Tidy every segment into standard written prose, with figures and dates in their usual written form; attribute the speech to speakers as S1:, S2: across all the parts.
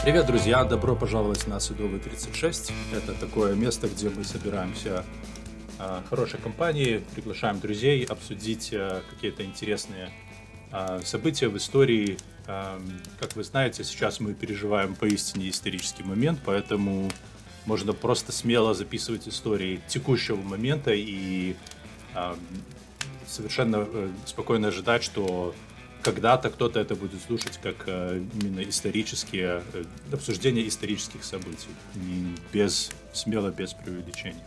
S1: Привет, друзья! Добро пожаловать на Садовый 36. Это такое место, где мы собираемся хорошей компанией, приглашаем друзей обсудить какие-то интересные события в истории. Как вы знаете, сейчас мы переживаем поистине исторический момент, поэтому можно просто смело записывать истории текущего момента и ам, совершенно спокойно ожидать, что когда-то кто-то это будет слушать как именно исторические обсуждения исторических событий, смело без преувеличения.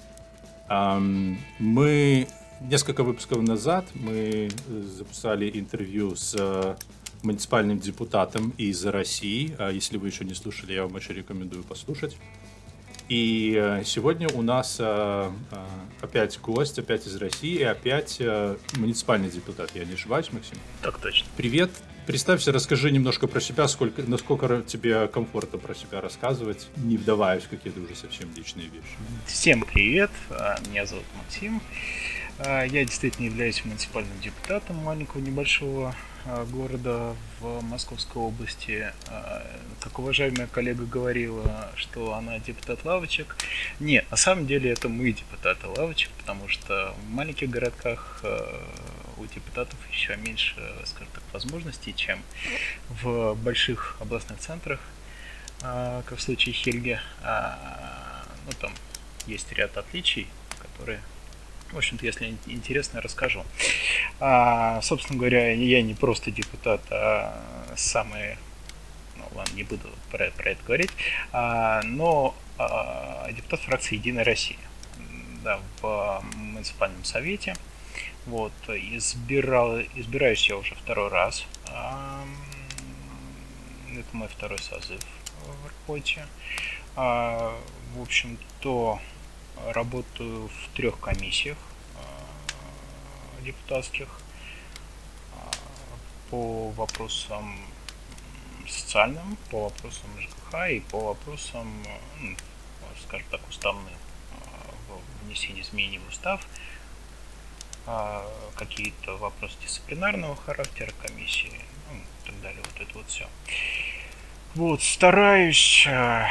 S1: Мы несколько выпусков назад мы записали интервью с муниципальным депутатом из России. Если вы еще не слушали, я вам очень рекомендую послушать. И сегодня у нас опять гость, опять из России, и опять муниципальный депутат. Я не ошибаюсь, Максим?
S2: Так точно.
S1: Привет. Представься, расскажи немножко про себя, насколько тебе комфортно про себя рассказывать, не вдаваясь в какие-то уже совсем личные вещи.
S2: Всем привет, меня зовут Максим. Я действительно являюсь муниципальным депутатом маленького небольшого города в Московской области. Как уважаемая коллега говорила, что она депутат лавочек. Нет, на самом деле это мы депутаты лавочек, потому что в маленьких городках у депутатов еще меньше, скажем так, возможностей, чем в больших областных центрах, как в случае Хельги. Ну, там есть ряд отличий, которые, в общем-то, если интересно, расскажу. Собственно говоря, я не просто депутат, а самый, ну ладно, не буду про это говорить, но депутат фракции «Единая Россия», да, в муниципальном совете. Вот, избираюсь я уже второй раз. Это мой второй созыв в работе. В общем-то, работаю в 3 комиссиях депутатских по вопросам социальным, по вопросам ЖКХ и по вопросам, скажем так, уставным, внесения изменений в устав, какие-то вопросы дисциплинарного характера комиссии, ну, и так далее, вот это вот все. Вот, стараюсь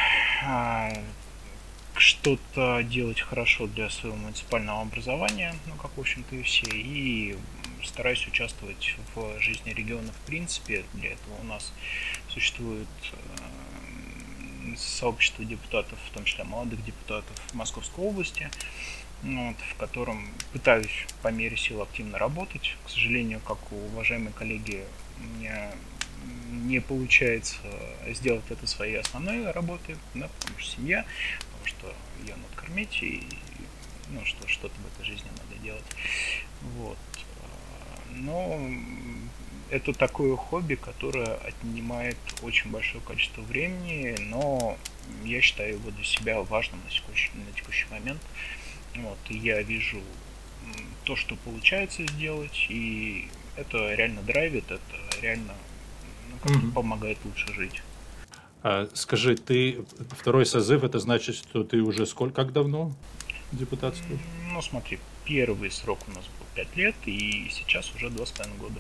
S2: что-то делать хорошо для своего муниципального образования, ну, как, в общем-то, и все, и стараюсь участвовать в жизни региона в принципе. Для этого у нас существует сообщество депутатов, в том числе молодых депутатов Московской области, вот, в котором пытаюсь по мере сил активно работать. К сожалению, как у уважаемой коллеги, у меня не получается сделать это своей основной работой, да, потому что семья, потому что ее надо кормить, и ну, что-то в этой жизни надо делать. Вот. Но это такое хобби, которое отнимает очень большое количество времени, но я считаю его для себя важным на текущий момент. Вот, и я вижу то, что получается сделать, и это реально драйвит, это реально помогает лучше жить.
S1: Скажи, ты второй созыв, это значит, что ты уже как давно депутатствуешь?
S2: Ну, смотри, первый срок у нас был 5 лет, и сейчас уже 2,5 года.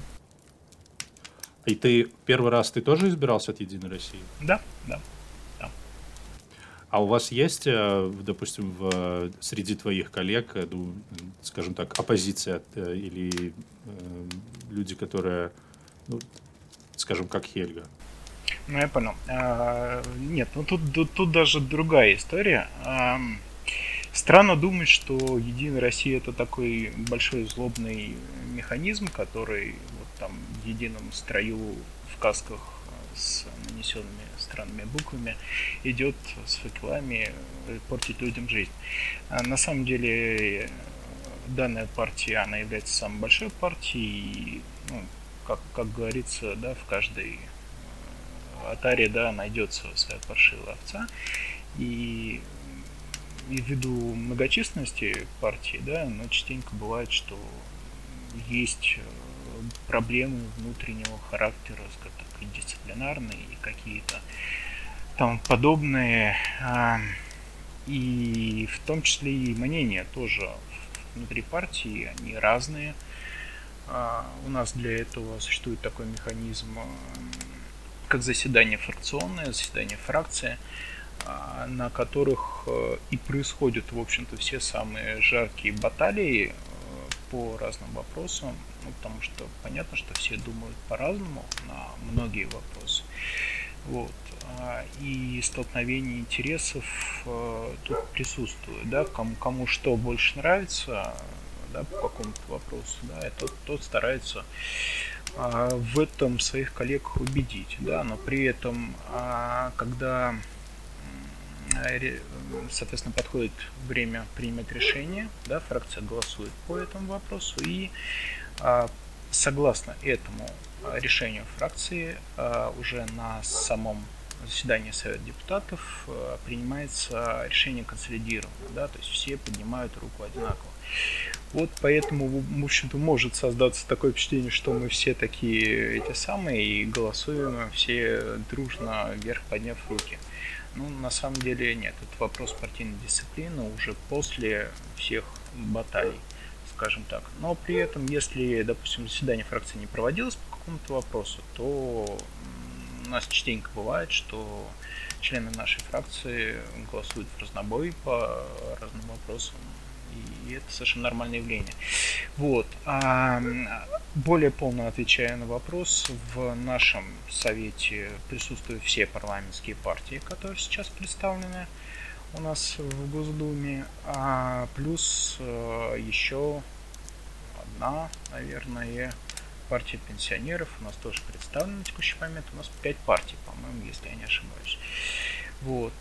S1: И ты первый раз тоже избирался от «Единой России»?
S2: Да.
S1: А у вас есть, допустим, среди твоих коллег, скажем так, оппозиция или люди, которые, ну, скажем, как Хельга?
S2: Ну, я понял. Нет, ну тут даже другая история. Странно думать, что «Единая Россия» — это такой большой злобный механизм, который вот там в едином строю в касках с нанесенными странными буквами идет с факелами портить людям жизнь. На самом деле данная партия, она является самой большой партией, и, ну, как говорится, да, в каждой отаре, да, найдется своя паршивая овца, и ввиду многочисленности партии, да, но частенько бывает, что есть проблемы внутреннего характера, скажем так, и дисциплинарные, и какие-то там подобные, и в том числе и мнения тоже внутри партии, они разные. У нас для этого существует такой механизм, как заседания фракционные, заседания фракции, на которых и происходят, в общем-то, все самые жаркие баталии по разным вопросам, потому что понятно, что все думают по-разному на многие вопросы. Вот. И столкновение интересов тут присутствует, да, кому что больше нравится, да, по какому-то вопросу, да, и тот старается в этом своих коллег убедить, да, но при этом, когда, соответственно, подходит время принимать решение, да, фракция голосует по этому вопросу, и согласно этому решению фракции уже на самом заседании Совета депутатов принимается решение консолидированно, да, то есть все поднимают руку одинаково. Вот поэтому, в общем-то, может создаться такое впечатление, что мы все такие эти самые и голосуем все дружно вверх подняв руки. Ну, на самом деле нет, это вопрос партийной дисциплины уже после всех баталий, скажем так. Но при этом, если, допустим, заседание фракции не проводилось по какому-то вопросу, то у нас частенько бывает, что члены нашей фракции голосуют в разнобой по разным вопросам, и это совершенно нормальное явление. Вот. Более полно отвечая на вопрос, в нашем совете присутствуют все парламентские партии, которые сейчас представлены у нас в Госдуме, плюс еще одна, наверное, партия пенсионеров у нас тоже представлена на текущий момент. У нас 5 партий, по-моему, если я не ошибаюсь. Вот.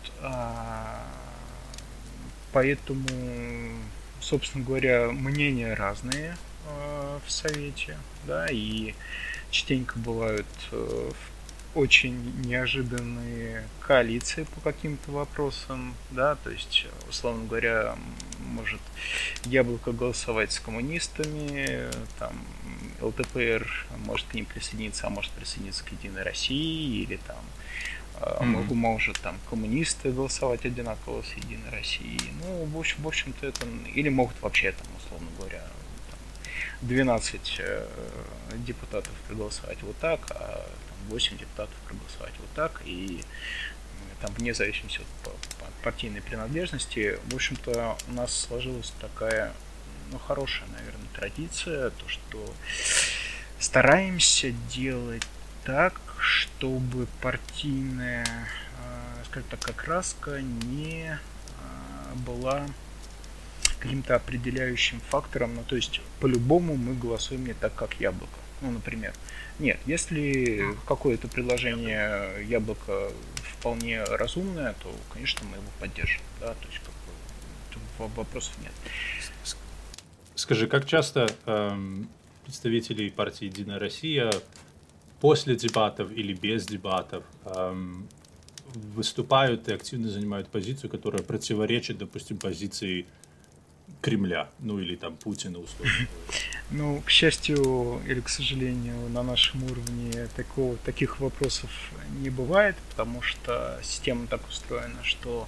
S2: Поэтому, собственно говоря, мнения разные в совете, да, и частенько бывают очень неожиданные коалиции по каким-то вопросам, да, то есть, условно говоря, может Яблоко голосовать с коммунистами, там ЛДПР может к ним присоединиться, а может присоединиться к Единой России, или там может там коммунисты голосовать одинаково с Единой Россией. Ну, в общем-то, это, или могут вообще там, условно говоря, 12 депутатов проголосовать вот так, а 8 депутатов проголосовать вот так, и там вне зависимости от партийной принадлежности. В общем-то, у нас сложилась такая, ну, хорошая, наверное, традиция, то, что стараемся делать так, чтобы партийная, скажем так, окраска не была каким-то определяющим фактором, ну, то есть по-любому мы голосуем не так, как Яблоко. Ну, например. Нет, если какое-то предложение Яблоко вполне разумное, то, конечно, мы его поддержим. Да? То есть вопросов нет.
S1: Скажи, как часто представители партии «Единая Россия» после дебатов или без дебатов выступают и активно занимают позицию, которая противоречит, допустим, позиции Кремля, ну или там Путина условно.
S2: Ну, к счастью или к сожалению, на нашем уровне таких вопросов не бывает, потому что система так устроена, что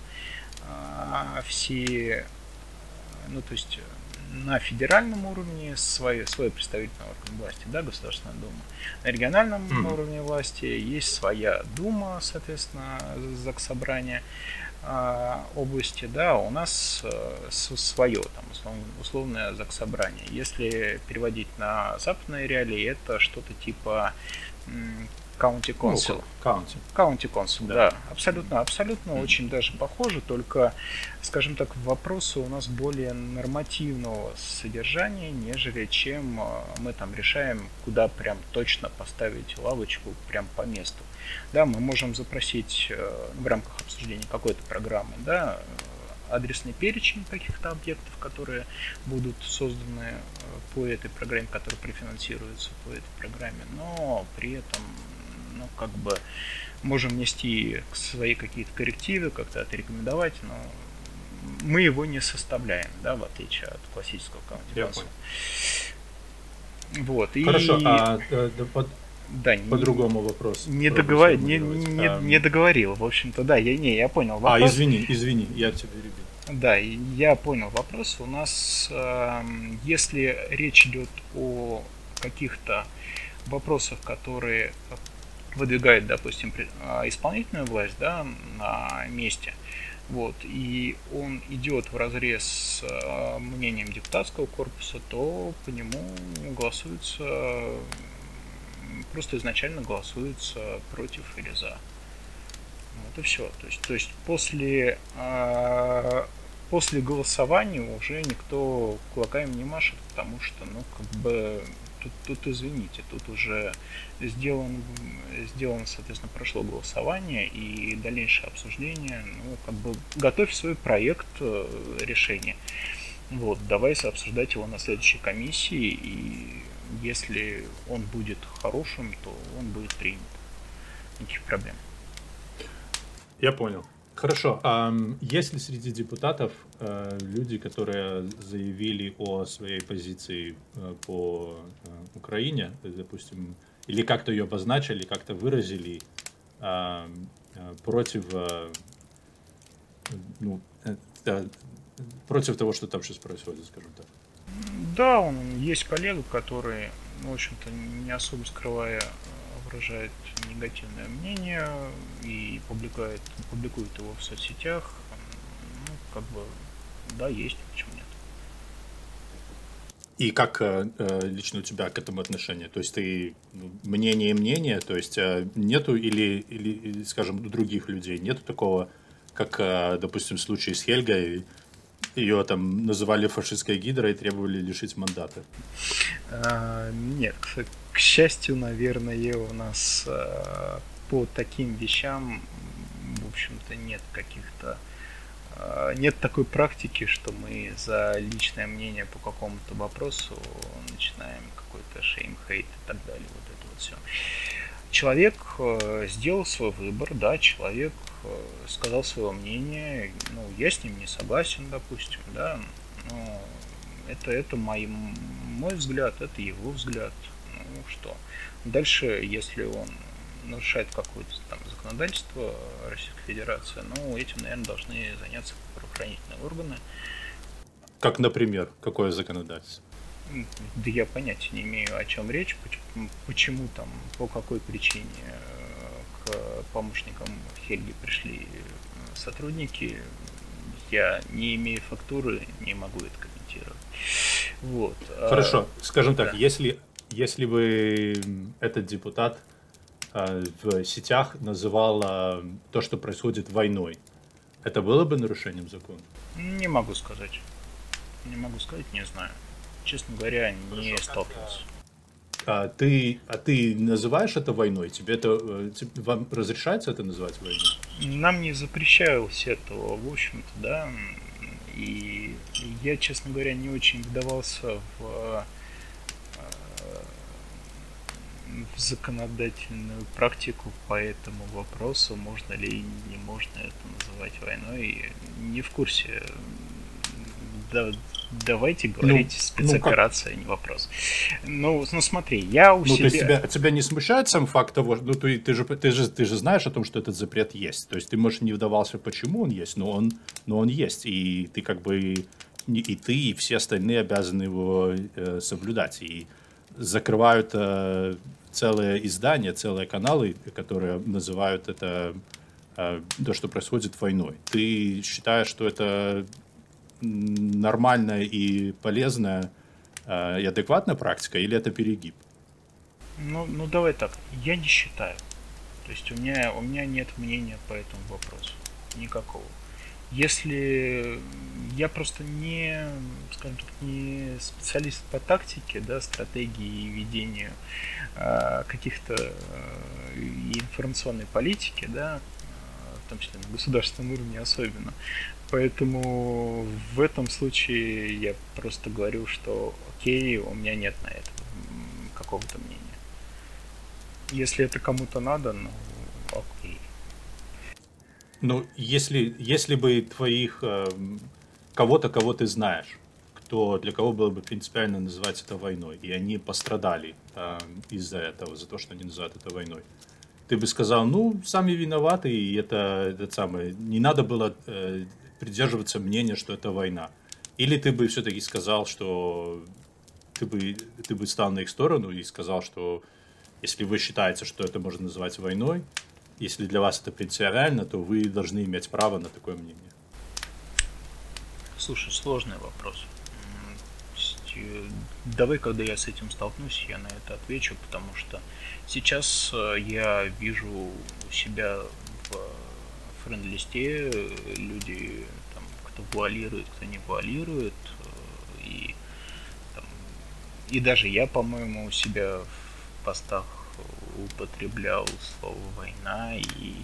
S2: все, ну то есть на федеральном уровне свой представительный орган власти, да, Государственная Дума. На региональном уровне власти есть своя Дума, соответственно, Заксобрание области, да, у нас свое там условное Заксобрание. Если переводить на западные реалии, это что-то типа County Council. County Council, да. Абсолютно очень даже похоже, только, скажем так, вопросы у нас более нормативного содержания, нежели чем мы там решаем, куда прям точно поставить лавочку прям по месту. Да, мы можем запросить в рамках обсуждения какой-то программы, да, адресный перечень каких-то объектов, которые будут созданы по этой программе, которые префинансируются по этой программе, но при этом, ну, как бы можем внести свои какие-то коррективы, как-то отрекомендовать, но мы его не составляем, да, в отличие от классического County Council. Вот.
S1: Хорошо,
S2: да,
S1: по другому вопросу.
S2: Не договорил, в общем-то, да, я понял вопрос.
S1: Извини, я тебя перебил.
S2: Да, я понял вопрос. У нас, если речь идет о каких-то вопросах, которые выдвигает, допустим, исполнительную власть, да, на месте, вот, и он идет вразрез с мнением депутатского корпуса, то по нему голосуется, просто изначально голосуется против или за. Вот и все. То есть после голосования уже никто кулаками не машет, потому что, ну, как бы, тут извините, тут уже сделано, соответственно, прошло голосование и дальнейшее обсуждение. Ну, как бы, готовь свой проект решения. Вот, давай обсуждать его на следующей комиссии, и если он будет хорошим, то он будет принят. Никаких проблем.
S1: Я понял. Хорошо. Есть ли среди депутатов люди, которые заявили о своей позиции по Украине, допустим, или как-то ее обозначили, как-то выразили против, ну, против того, что там сейчас происходит, скажем так?
S2: Да, есть коллега, который, в общем-то, не особо скрывая, выражает негативное мнение и публикует его в соцсетях. Ну, как бы, да, есть, почему нет.
S1: И как лично у тебя к этому отношение? То есть ты мнение, то есть нету или, скажем, у других людей нету такого, как, допустим, в случае с Хельгой, ее там называли фашистской гидрой и требовали лишить мандата?
S2: Нет, к счастью, наверное, у нас по таким вещам, в общем-то, нет такой практики, что мы за личное мнение по какому-то вопросу начинаем какой-то шейм-хейт и так далее. Вот это вот все. Человек сделал свой выбор, да, человек сказал свое мнение, ну, я с ним не согласен, допустим, да, но это мой взгляд, это его взгляд. Ну что, дальше, если он нарушает какое-то там законодательство Российской Федерации, ну, этим, наверное, должны заняться правоохранительные органы.
S1: Как, например, какое законодательство?
S2: Да я понятия не имею, о чем речь, почему там, по какой причине к помощникам Хельги пришли сотрудники. Я, не имея фактуры, не могу это комментировать. Вот.
S1: Хорошо, скажем так,
S2: да.
S1: если бы этот депутат в сетях называл то, что происходит, войной, это было бы нарушением закона?
S2: Не могу сказать. Не знаю. Честно говоря, не сталкивался.
S1: А ты называешь это войной? Вам разрешается это называть войной?
S2: Нам не запрещалось этого, в общем-то, да. И я, честно говоря, не очень вдавался в законодательную практику по этому вопросу, можно ли и не можно это называть войной. Не в курсе. Давайте говорить спецоперация, не вопрос. Ну смотри, я у себя...
S1: То есть тебя не смущает сам факт того, ну ты же знаешь о том, что этот запрет есть. То есть ты, может, не вдавался, почему он есть, но он есть. И ты как бы... И ты, и все остальные обязаны его соблюдать. И закрывают целые издания, целые каналы, которые называют это то, что происходит, войной. Ты считаешь, что это нормальная и полезная и адекватная практика, или это перегиб?
S2: Ну давай так, я не считаю. То есть у меня нет мнения по этому вопросу. Никакого. Если я просто не, скажем так, не специалист по тактике, да, стратегии и ведению каких-то информационной политики, да, в том числе на государственном уровне особенно. Поэтому в этом случае я просто говорю, что окей, у меня нет на это какого-то мнения. Если это кому-то надо, ну окей.
S1: Ну, если бы кого ты знаешь, для кого было бы принципиально называть это войной, и они пострадали из-за этого, за то, что они называют это войной, ты бы сказал, ну, сами виноваты, и это самое, не надо было придерживаться мнения, что это война. Или ты бы все-таки сказал, что ты бы стал на их сторону и сказал, что Если вы считаете, что это можно назвать войной, если для вас это принципиально, то вы должны иметь право на такое мнение.
S2: Слушай, сложный вопрос. Давай, когда я с этим столкнусь, я на это отвечу, потому что сейчас я вижу у себя в френд-листе люди, там, кто вуалирует, кто не вуалирует, и, там, и даже я, по-моему, у себя в постах употреблял слово «война», и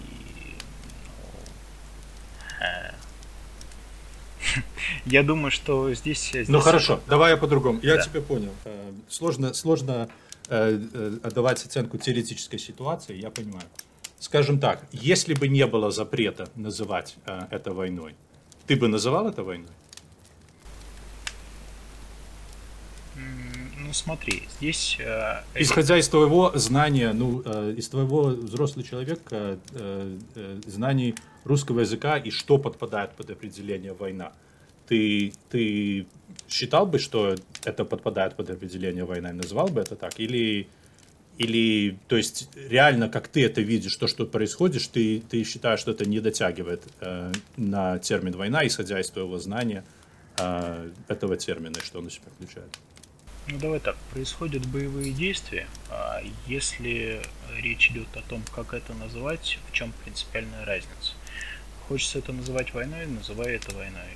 S2: я думаю, что здесь...
S1: Ну хорошо, давай я по-другому. Я
S2: Да.
S1: тебя понял. Сложно давать оценку теоретической ситуации, я понимаю. Скажем так, если бы не было запрета называть это войной, ты бы называл это войной?
S2: Ну смотри, здесь...
S1: Исходя из твоего знания, из твоего взрослый человек, знаний русского языка и что подпадает под определение война, ты считал бы, что это подпадает под определение война, и назвал бы это так? Или, то есть, реально, как ты это видишь, то, что происходит, ты считаешь, что это не дотягивает на термин война, исходя из твоего знания этого термина, и что он у себя включает?
S2: Ну давай так, происходят боевые действия, а если речь идет о том, как это называть, в чем принципиальная разница? Хочется это называть войной, называй это войной.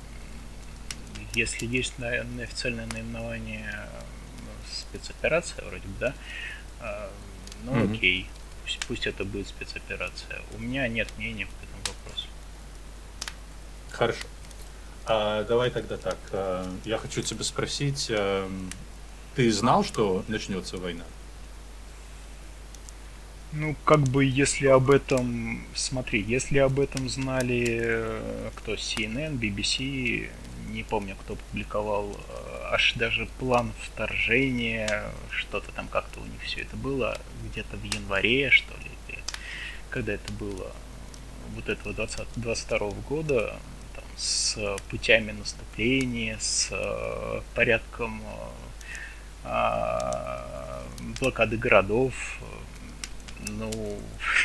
S2: Если есть официальное наименование спецоперация, вроде бы, да, ну окей, пусть это будет спецоперация. У меня нет мнения по этому вопросу.
S1: Хорошо. Давай тогда так. Я хочу тебя спросить, ты знал, что начнется война?
S2: Ну, как бы, если об этом... Смотри, если об этом знали кто? CNN, BBC, не помню, кто публиковал, аж даже план вторжения, что-то там как-то у них все это было, где-то в январе, что ли, или когда это было, вот этого 22 года, там, с путями наступления, с порядком блокады городов. Ну,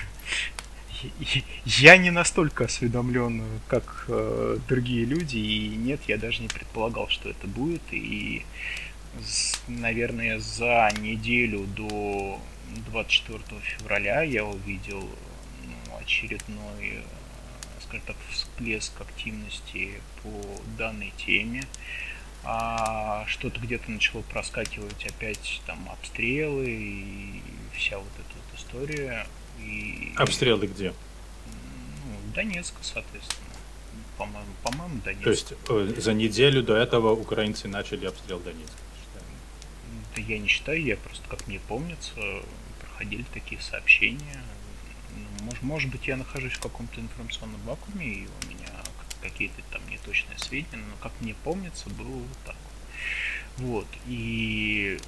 S2: я не настолько осведомлен, как другие люди, и нет, я даже не предполагал, что это будет, и, наверное, за неделю до 24 февраля я увидел очередной, скажем так, всплеск активности по данной теме. Что-то где-то начало проскакивать опять там обстрелы и вся вот эта вот история.
S1: Обстрелы где?
S2: Ну, Донецка, соответственно. По-моему, Донецк.
S1: То есть за неделю до этого украинцы начали обстрел Донецка?
S2: Да я не считаю, я просто, как мне помнится, проходили такие сообщения. Может быть, я нахожусь в каком-то информационном вакууме, и у меня какие-то там неточные сведения, но, как мне помнится, было вот так вот. И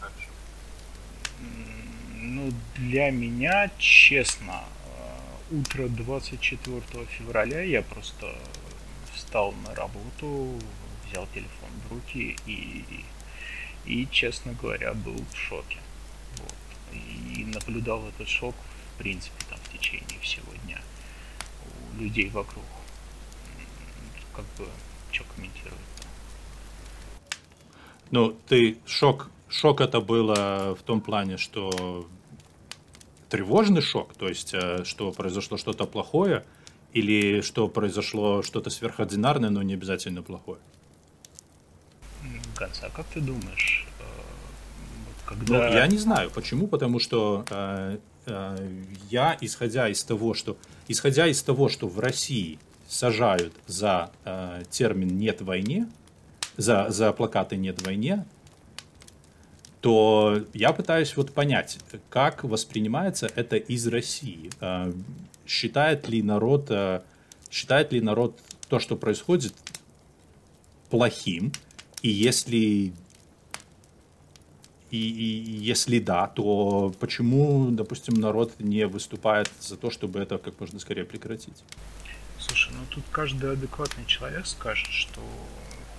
S2: ну, для меня, честно, утро 24 февраля я просто встал на работу, взял телефон в руки и честно говоря, был в шоке. Вот. И наблюдал этот шок, в принципе, там в течение всего дня у людей вокруг. Как бы, что комментировать-то?
S1: Ну, шок это было в том плане, что тревожный шок, то есть, что произошло что-то плохое, или что произошло что-то сверхординарное, но не обязательно плохое?
S2: Ганс, а как ты думаешь,
S1: когда... Ну, я не знаю, почему, потому что я, исходя из того, что в России сажают за термин «нет войне», за плакаты «нет войне», то я пытаюсь вот понять, как воспринимается это из России. Считает ли народ то, что происходит, плохим? И если да, то почему, допустим, народ не выступает за то, чтобы это как можно скорее прекратить?
S2: Слушай, ну тут каждый адекватный человек скажет, что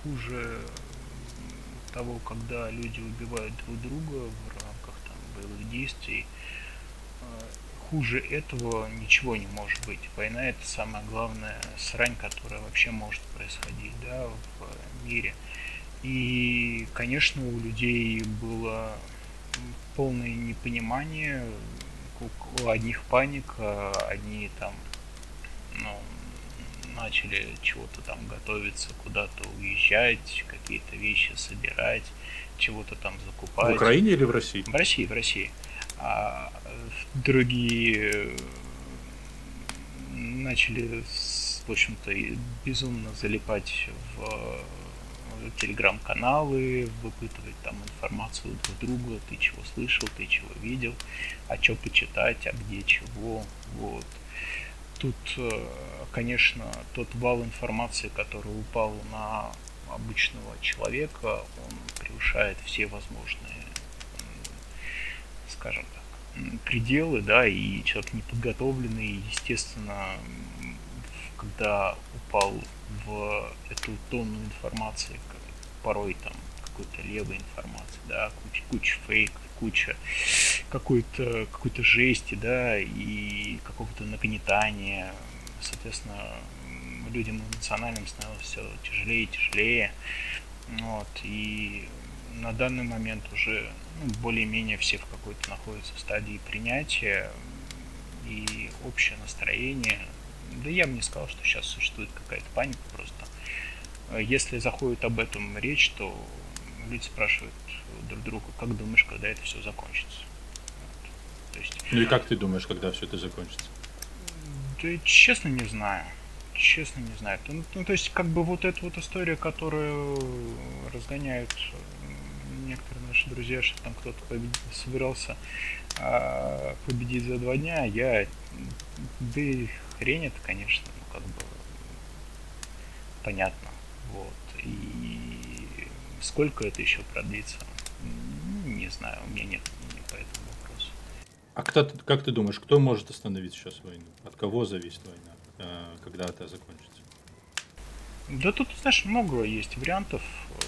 S2: хуже того, когда люди убивают друг друга в рамках там боевых действий. Хуже этого ничего не может быть. Война — это самая главная срань, которая вообще может происходить, да, в мире. И, конечно, у людей было полное непонимание, у одних паника, одни там, ну, начали чего-то там готовиться, куда-то уезжать, какие-то вещи собирать, чего-то там
S1: В
S2: закупать.
S1: Украине или в России?
S2: В России, в России. А другие начали, в общем-то, безумно залипать в телеграм-каналы, выпытывать там информацию друг друга, ты чего слышал, ты чего видел, а что почитать, а где чего, вот. Тут, конечно, тот вал информации, который упал на обычного человека, он превышает все возможные, скажем так, пределы, да, и человек неподготовленный, естественно, когда упал в эту тонну информации, порой там какой-то левой информации, да, куча фейков, куча какой-то жести, да, и какого-то нагнетания, соответственно, людям эмоциональным становилось все тяжелее и тяжелее, вот, и на данный момент уже более-менее все в какой-то находятся в стадии принятия, и общее настроение, да я бы не сказал, что сейчас существует какая-то паника, просто если заходит об этом речь, то люди спрашивают друг друга, как думаешь, когда это все закончится. Вот. То есть,
S1: Ну и как ты думаешь, когда все это закончится?
S2: да, честно не знаю. Честно не знаю. То есть, как бы вот эта вот история, которую разгоняют некоторые наши друзья, что там кто-то собирался победить за 2 дня, да и хрень это, конечно, ну, как бы понятно. Вот. И сколько это еще продлится, не знаю, у меня нет мнения по этому вопросу.
S1: А как ты думаешь, кто может остановить сейчас войну? От кого зависит война, когда это закончится?
S2: Да тут, знаешь, много есть вариантов.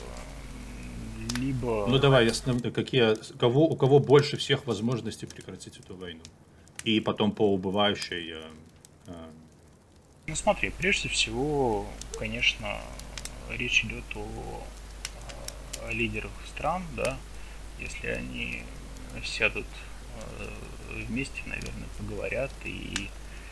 S1: Ну
S2: Либо,
S1: давай, у кого больше всех возможностей прекратить эту войну? И потом по убывающей...
S2: ну смотри, прежде всего, конечно, речь идет о лидерах стран, да, если они сядут вместе, наверное, поговорят и,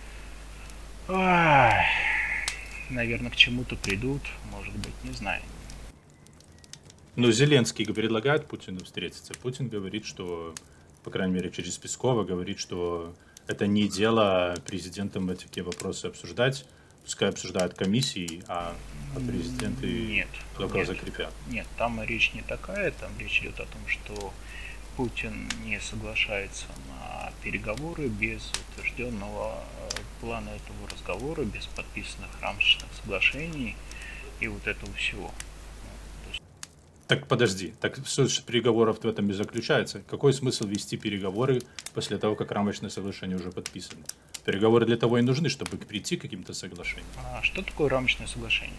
S2: наверное, к чему-то придут, может быть, не знаю.
S1: Но Зеленский предлагает Путину встретиться. Путин говорит, что, по крайней мере, через Пескова говорит, что это не дело президентам эти вопросы обсуждать. Пускай обсуждают комиссии, а президенты
S2: Нет,
S1: только
S2: нет,
S1: закрепят.
S2: нет, там речь не такая, там речь идет о том, что Путин не соглашается на переговоры без утвержденного плана этого разговора, без подписанных рамочных соглашений и вот этого всего.
S1: Так подожди, так суть переговоров в этом и заключается. Какой смысл вести переговоры после того, как рамочное соглашение уже подписано? Переговоры для того и нужны, чтобы прийти к каким-то соглашениям.
S2: А что такое рамочное соглашение?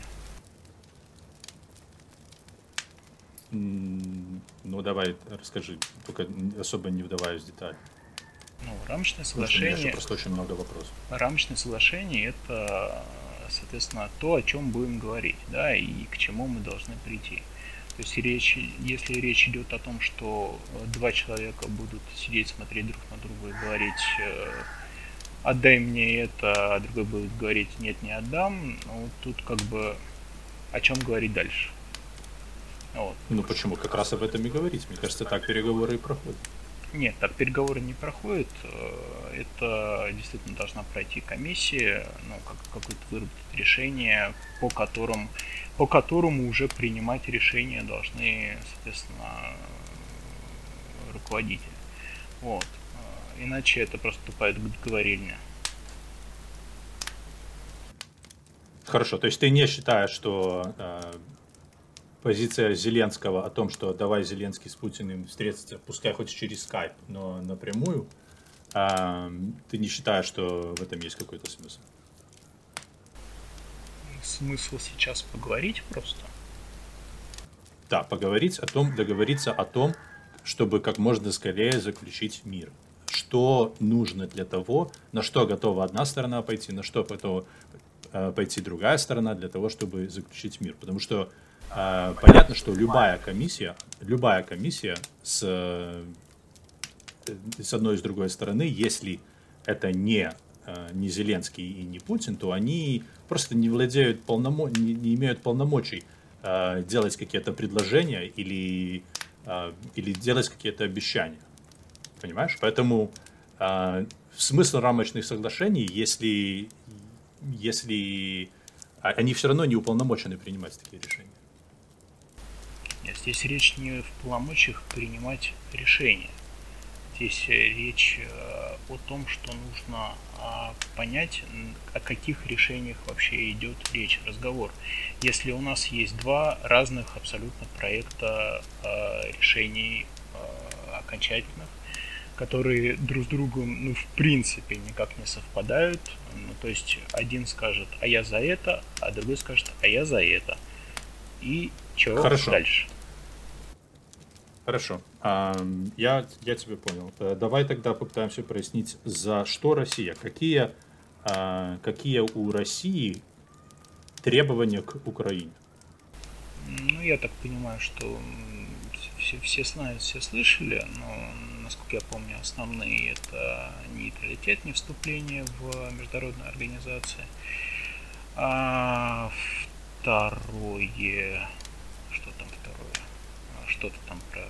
S1: Ну давай, расскажи, только особо не вдаваясь в детали.
S2: Ну, рамочное
S1: Потому что у меня еще
S2: соглашение,
S1: просто очень много вопросов.
S2: рамочное соглашение это, соответственно, то, о чем будем говорить, да, и к чему мы должны прийти. То есть если речь идет о том, что два человека будут сидеть, смотреть друг на друга и говорить, отдай мне это, а другой будет говорить, нет, не отдам, ну, тут как бы о чем говорить дальше. Вот.
S1: Ну почему? Как раз об этом и говорить. Мне кажется, так переговоры и проходят.
S2: Нет, так переговоры не проходят. Это действительно должна пройти комиссия, ну, какое-то выработать решение, по которому уже принимать решения должны, соответственно, руководители. Вот. Иначе это просто тупая говорильня.
S1: Хорошо, то есть ты не считаешь, что позиция Зеленского о том, что давай Зеленский с Путиным встретиться, пускай хоть через скайп, но напрямую, ты не считаешь, что в этом есть какой-то смысл?
S2: Смысл сейчас поговорить просто?
S1: Да, поговорить о том, договориться о том, чтобы как можно скорее заключить мир. Что нужно для того, на что готова одна сторона пойти, на что готова пойти другая сторона для того, чтобы заключить мир. Потому что понятно, что любая комиссия с одной и с другой стороны, если это не Зеленский и не Путин, то они просто не владеют не имеют полномочий делать какие-то предложения или делать какие-то обещания. Понимаешь? Поэтому смысл рамочных соглашений, если они все равно не уполномочены принимать такие решения.
S2: Нет, здесь речь не в полномочиях принимать решения. Здесь речь о том, что нужно понять, о каких решениях вообще идет речь, разговор. Если у нас есть два разных абсолютно проекта решений окончательных, которые друг с другом, в принципе, никак не совпадают. То есть один скажет, а я за это, а другой скажет, а я за это. И чего дальше?
S1: Хорошо. Я тебя понял. Давай тогда попытаемся прояснить, за что Россия. Какие у России требования к Украине?
S2: Я так понимаю, что все знают, все слышали, но, насколько я помню, основные это нейтралитет, не вступление в международные организации. А второе... Что-то там про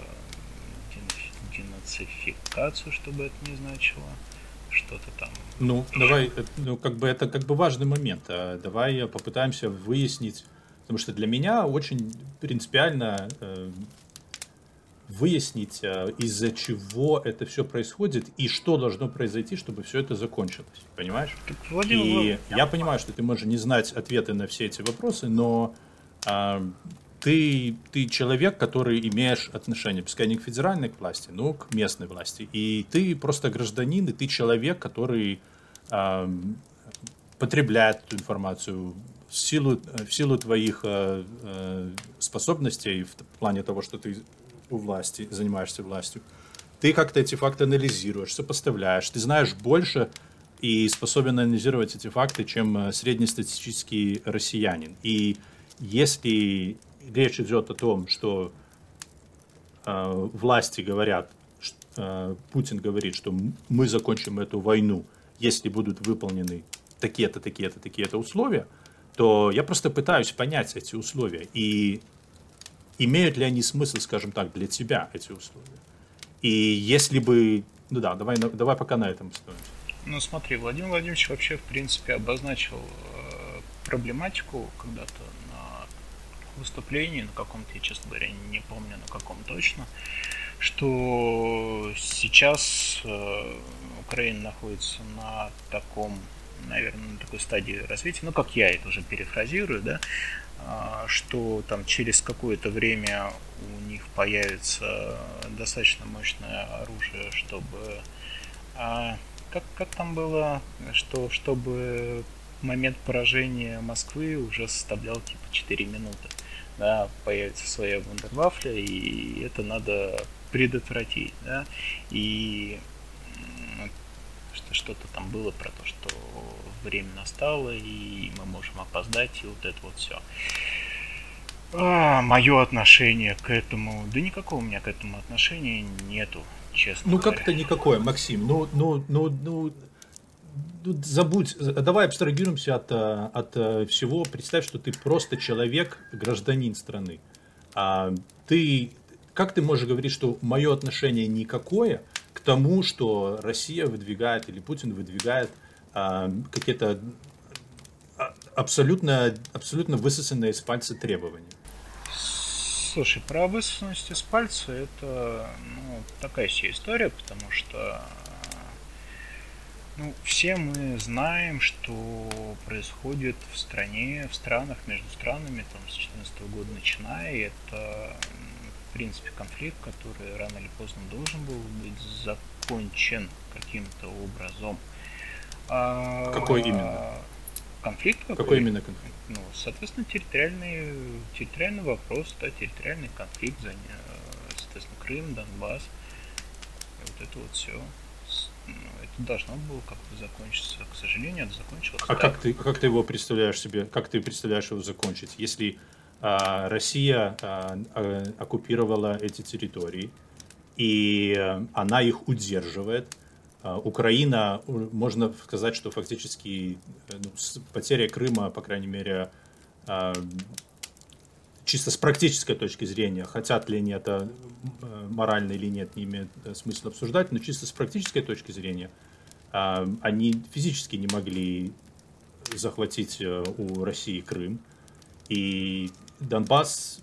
S2: денацификацию, чтобы это не значило. Что-то там...
S1: Давай, это важный момент. Давай попытаемся выяснить, потому что для меня очень принципиально выяснить, из-за чего это все происходит и что должно произойти, чтобы все это закончилось. Понимаешь? Я понимаю, что ты можешь не знать ответы на все эти вопросы, но ты человек, который имеешь отношение, пускай не к федеральной власти, но к местной власти. И ты просто гражданин, и ты человек, который потребляет эту информацию в силу твоих способностей, в плане того, что ты у власти, занимаешься властью. Ты как-то эти факты анализируешь, сопоставляешь. Ты знаешь больше и способен анализировать эти факты, чем среднестатистический россиянин. И если речь идет о том, что власти говорят, Путин говорит, что мы закончим эту войну, если будут выполнены такие-то, такие-то, такие-то условия, то я просто пытаюсь понять эти условия и имеют ли они смысл, скажем так, для тебя эти условия. И если бы... давай пока на этом остановимся.
S2: Смотри, Владимир Владимирович вообще, в принципе, обозначил проблематику когда-то выступлении, на каком-то, я, честно говоря, не помню, на каком точно, что сейчас Украина находится на таком, наверное, на такой стадии развития, как я это уже перефразирую, да, что там через какое-то время у них появится достаточно мощное оружие, чтобы... Как там было, чтобы момент поражения Москвы уже составлял типа 4 минуты. Да, появится своя вундервафля, и это надо предотвратить. Да? И что-то там было про то, что время настало, и мы можем опоздать, и вот это вот все. Мое отношение к этому... Да никакого у меня к этому отношения нету, честно говоря.
S1: Как это никакое, Максим? Забудь, давай абстрагируемся от всего. Представь, что ты просто человек, гражданин страны. Как ты можешь говорить, что мое отношение никакое к тому, что Россия выдвигает или Путин выдвигает какие-то абсолютно высосанные из пальца требования?
S2: Слушай, про высосанность из пальца это такая себе история, потому что все мы знаем, что происходит в стране, в странах, между странами, там, с 2014 года начиная, и это, в принципе, конфликт, который рано или поздно должен был быть закончен каким-то образом.
S1: Какой именно?
S2: Конфликт какой?
S1: Какой именно конфликт?
S2: Соответственно, территориальный вопрос, да, территориальный конфликт с соответственно, Крым, Донбасс. И вот это вот все. Это должно было как-то закончиться. К сожалению, это закончилось
S1: А
S2: так.
S1: как ты его представляешь себе, как ты представляешь его закончить, если Россия оккупировала эти территории, и она их удерживает? Украина, можно сказать, что фактически потеря Крыма, по крайней мере, чисто с практической точки зрения, хотят ли они это морально или нет, не имеет смысла обсуждать, но чисто с практической точки зрения они физически не могли захватить у России Крым. И Донбасс,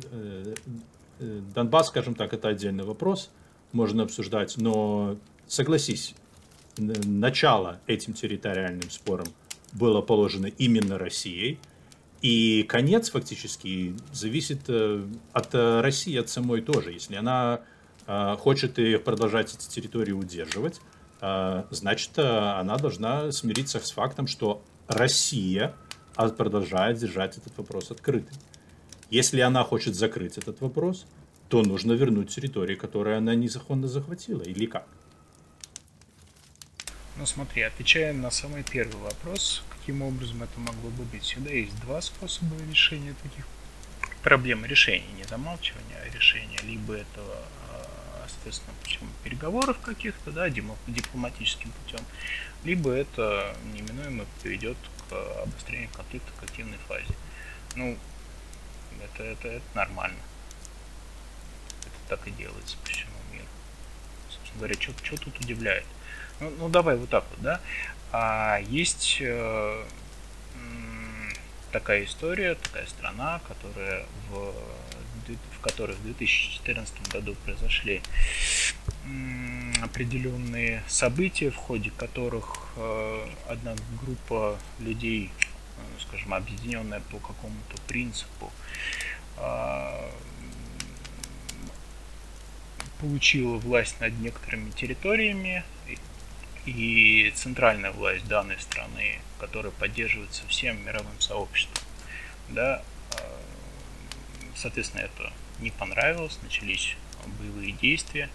S1: скажем так, это отдельный вопрос, можно обсуждать, но согласись, начало этим территориальным спором было положено именно Россией, и конец фактически зависит от России, от самой тоже. Если она хочет и продолжать эти территории удерживать, значит, она должна смириться с фактом, что Россия продолжает держать этот вопрос открытым. Если она хочет закрыть этот вопрос, то нужно вернуть территории, которые она незаконно захватила. Или как?
S2: Ну смотри, отвечая на самый первый вопрос, каким образом это могло бы быть. Всегда есть два способа решения таких проблем. Решения, не замалчивания, а решения. Либо это, соответственно, путем переговоров каких-то, да, дипломатическим путем, либо это неминуемо приведет к обострению конфликта в активной фазе. Ну, это нормально. Это так и делается по всему миру. Собственно говоря, что тут удивляет? Ну, давай вот так вот, да. Есть такая история, такая страна, в которой в 2014 году произошли определенные события, в ходе которых одна группа людей, скажем, объединенная по какому-то принципу, получила власть над некоторыми территориями, и центральная власть данной страны, которая поддерживается всем мировым сообществом, да, соответственно, это не понравилось, начались боевые действия,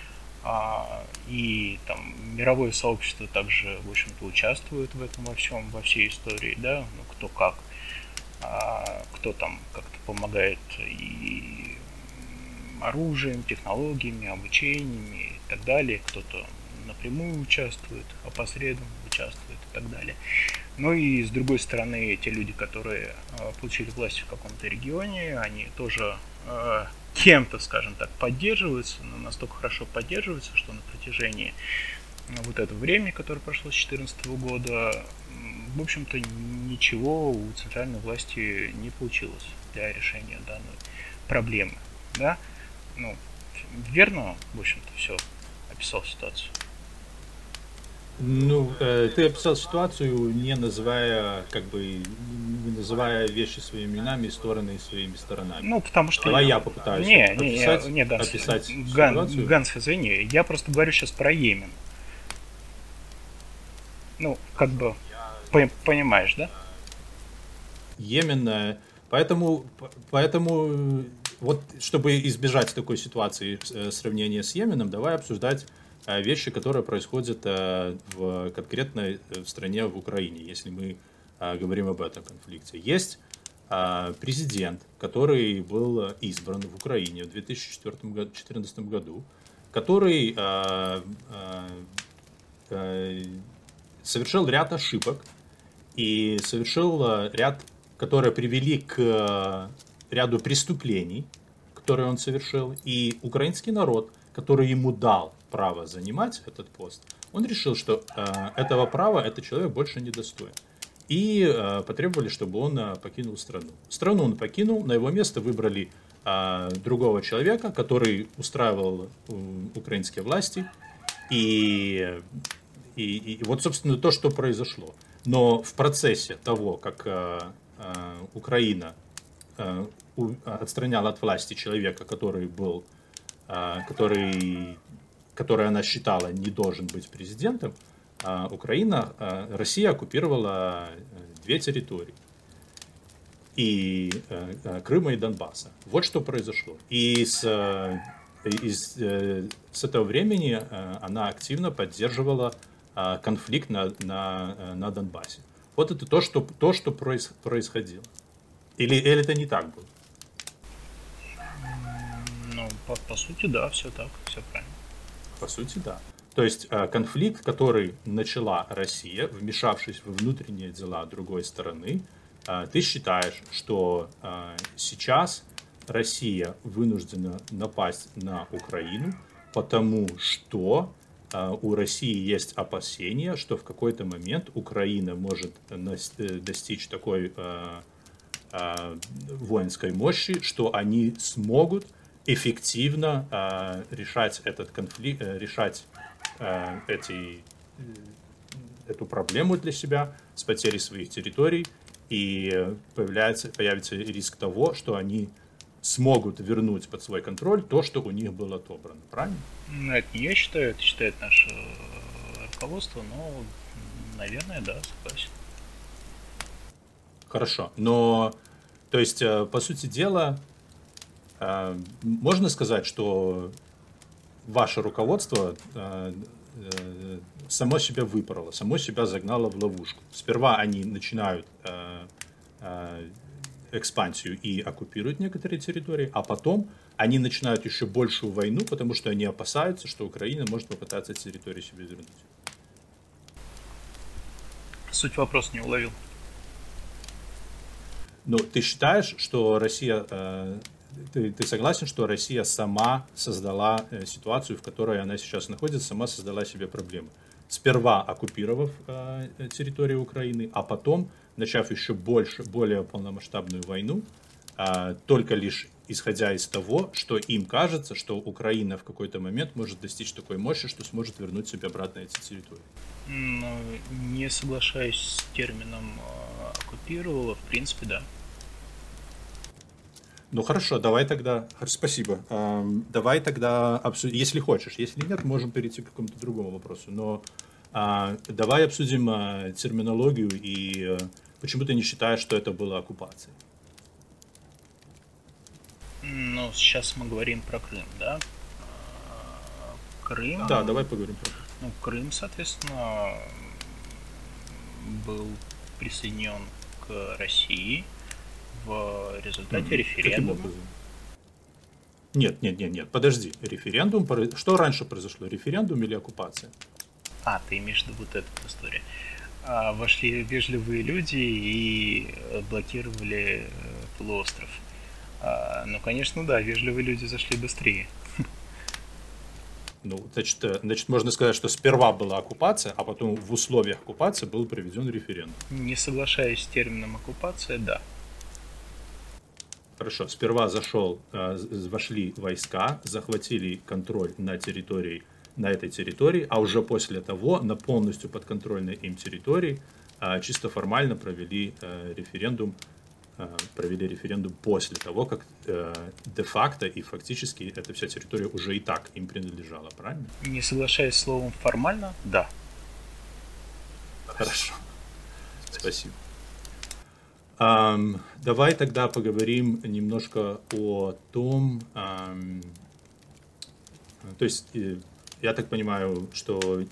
S2: и там мировое сообщество также, в общем-то, участвует в этом во всей истории, да, ну, кто как, кто там как-то помогает и оружием, технологиями, обучениями и так далее, кто-то напрямую участвует, опосредованно участвует и так далее. Ну и с другой стороны, те люди, которые получили власть в каком-то регионе, они тоже кем-то, скажем так, поддерживаются, но настолько хорошо поддерживаются, что на протяжении вот этого времени, которое прошло с 2014 года, в общем-то, ничего у центральной власти не получилось для решения данной проблемы. Да? Ну, верно, в общем-то, все описал ситуацию.
S1: Ну, ты описал ситуацию, не называя, не называя вещи своими именами, стороны своими сторонами.
S2: Ну, потому что...
S1: Давай я попытаюсь описать ситуацию.
S2: Ганс, извини, я просто говорю сейчас про Йемен. Ну, как бы, понимаешь, да?
S1: Йемен, поэтому вот, чтобы избежать такой ситуации сравнения с Йеменом, давай обсуждать вещи, которые происходят в конкретной стране, в Украине, если мы говорим об этом конфликте. Есть президент, который был избран в Украине в 2014 году, который совершил ряд ошибок и совершил ряд, которые привели к ряду преступлений, которые он совершил, и украинский народ, который ему дал право занимать этот пост, он решил, что этого права этот человек больше не достоин. И потребовали, чтобы он покинул страну. Страну он покинул, на его место выбрали другого человека, который устраивал украинские власти. И вот, собственно, то, что произошло. Но в процессе того, как Украина отстраняла от власти человека, который она считала не должен быть президентом, Россия оккупировала две территории. И Крыма и Донбасса. Вот что произошло. И с этого времени она активно поддерживала конфликт на Донбассе. Вот это то, что происходило. Или это не так было?
S2: Ну, по сути, да, все так, все правильно.
S1: По сути, да. То есть конфликт, который начала Россия, вмешавшись во внутренние дела другой стороны, ты считаешь, что сейчас Россия вынуждена напасть на Украину, потому что у России есть опасения, что в какой-то момент Украина может достичь такой воинской мощи, что они смогут эффективно решать этот конфликт, решать эту проблему для себя с потерей своих территорий, и появится риск того, что они смогут вернуть под свой контроль то, что у них было отобрано. Правильно?
S2: Ну, это не я считаю, это считает наше руководство, но, наверное, да, согласен.
S1: Хорошо. Но, то есть, по сути дела, можно сказать, что ваше руководство само себя выпороло, само себя загнало в ловушку. Сперва они начинают экспансию и оккупируют некоторые территории, а потом они начинают еще большую войну, потому что они опасаются, что Украина может попытаться эти территории себе вернуть.
S2: Суть вопроса не уловил.
S1: Ну, ты считаешь, что Россия... Ты согласен, что Россия сама создала ситуацию, в которой она сейчас находится, сама создала себе проблемы? Сперва оккупировав территорию Украины, а потом, начав еще более полномасштабную войну, только лишь исходя из того, что им кажется, что Украина в какой-то момент может достичь такой мощи, что сможет вернуть себе обратно эти территории.
S2: Ну, не соглашаюсь с термином оккупировала, в принципе, да.
S1: Ну хорошо, давай тогда, спасибо, давай тогда обсудим, если хочешь, если нет, можем перейти к какому-то другому вопросу, но давай обсудим терминологию и почему ты не считаешь, что это была оккупация?
S2: Ну, сейчас мы говорим про Крым, да? Крым...
S1: Да, давай поговорим про Крым.
S2: Ну, Крым, соответственно, был присоединен к России в результате референдума.
S1: Каким образом? Нет, подожди. Референдум, что раньше произошло, референдум или оккупация?
S2: Ты имеешь в виду вот эту историю. Вошли вежливые люди и блокировали полуостров. Ну, конечно, да, вежливые люди зашли быстрее.
S1: Ну, значит, можно сказать, что сперва была оккупация, а потом в условиях оккупации был проведен референдум.
S2: Не соглашаясь с термином оккупация, да.
S1: Хорошо, сперва вошли войска, захватили контроль на этой территории, а уже после того на полностью подконтрольной им территории чисто формально провели референдум после того, как де-факто и фактически эта вся территория уже и так им принадлежала, правильно?
S2: Не соглашаясь с словом формально, да.
S1: Хорошо, спасибо. Давай тогда поговорим немножко о том, то есть я так понимаю, что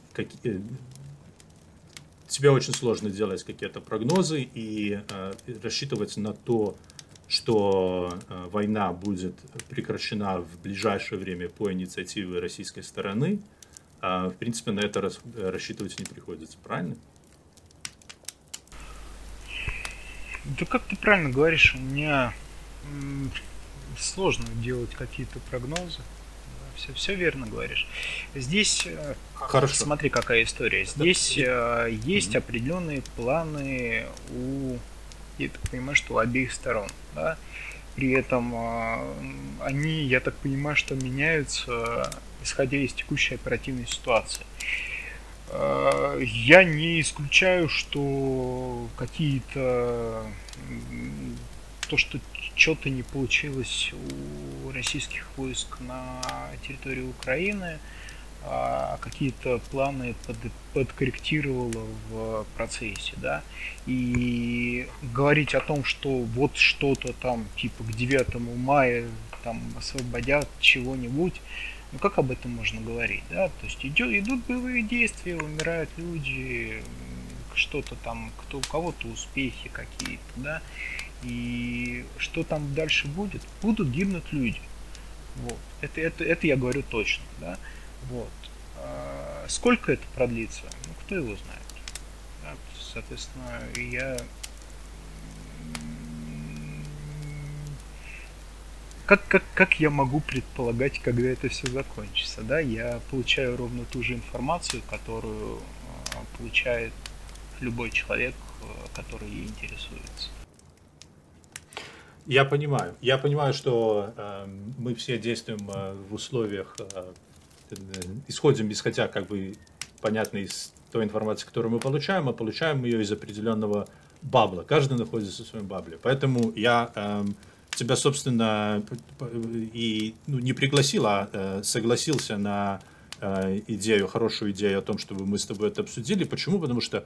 S1: тебе очень сложно делать какие-то прогнозы и рассчитывать на то, что война будет прекращена в ближайшее время по инициативе российской стороны. В принципе, на это рассчитывать не приходится, правильно?
S2: Да как ты правильно говоришь, у меня сложно делать какие-то прогнозы. Все верно говоришь. Здесь,
S1: Хорошо.
S2: Смотри, какая история. Здесь есть определенные планы я так понимаю, что у обеих сторон. Да? При этом они, я так понимаю, что меняются, исходя из текущей оперативной ситуации. Я не исключаю, что то, что что-то не получилось у российских войск на территории Украины, какие-то планы подкорректировало в процессе, да, и говорить о том, что вот что-то там типа к 9 мая там освободят чего-нибудь. Ну как об этом можно говорить, да? То есть идут боевые действия, умирают люди, что-то там, у кого-то успехи какие-то, да? И что там дальше будет? Будут гибнуть люди. Вот. Это я говорю точно, да? Вот. Сколько это продлится? Ну, кто его знает? Да? Соответственно, как я могу предполагать, когда это все закончится? Да? Я получаю ровно ту же информацию, которую получает любой человек, который ей интересуется.
S1: Я понимаю, что мы все действуем в условиях, исходя как бы понятно из той информации, которую мы получаем, а получаем ее из определенного бабла. Каждый находится в своем бабле. Поэтому я тебя, собственно, и не пригласил, а согласился на хорошую идею о том, чтобы мы с тобой это обсудили. Почему? Потому что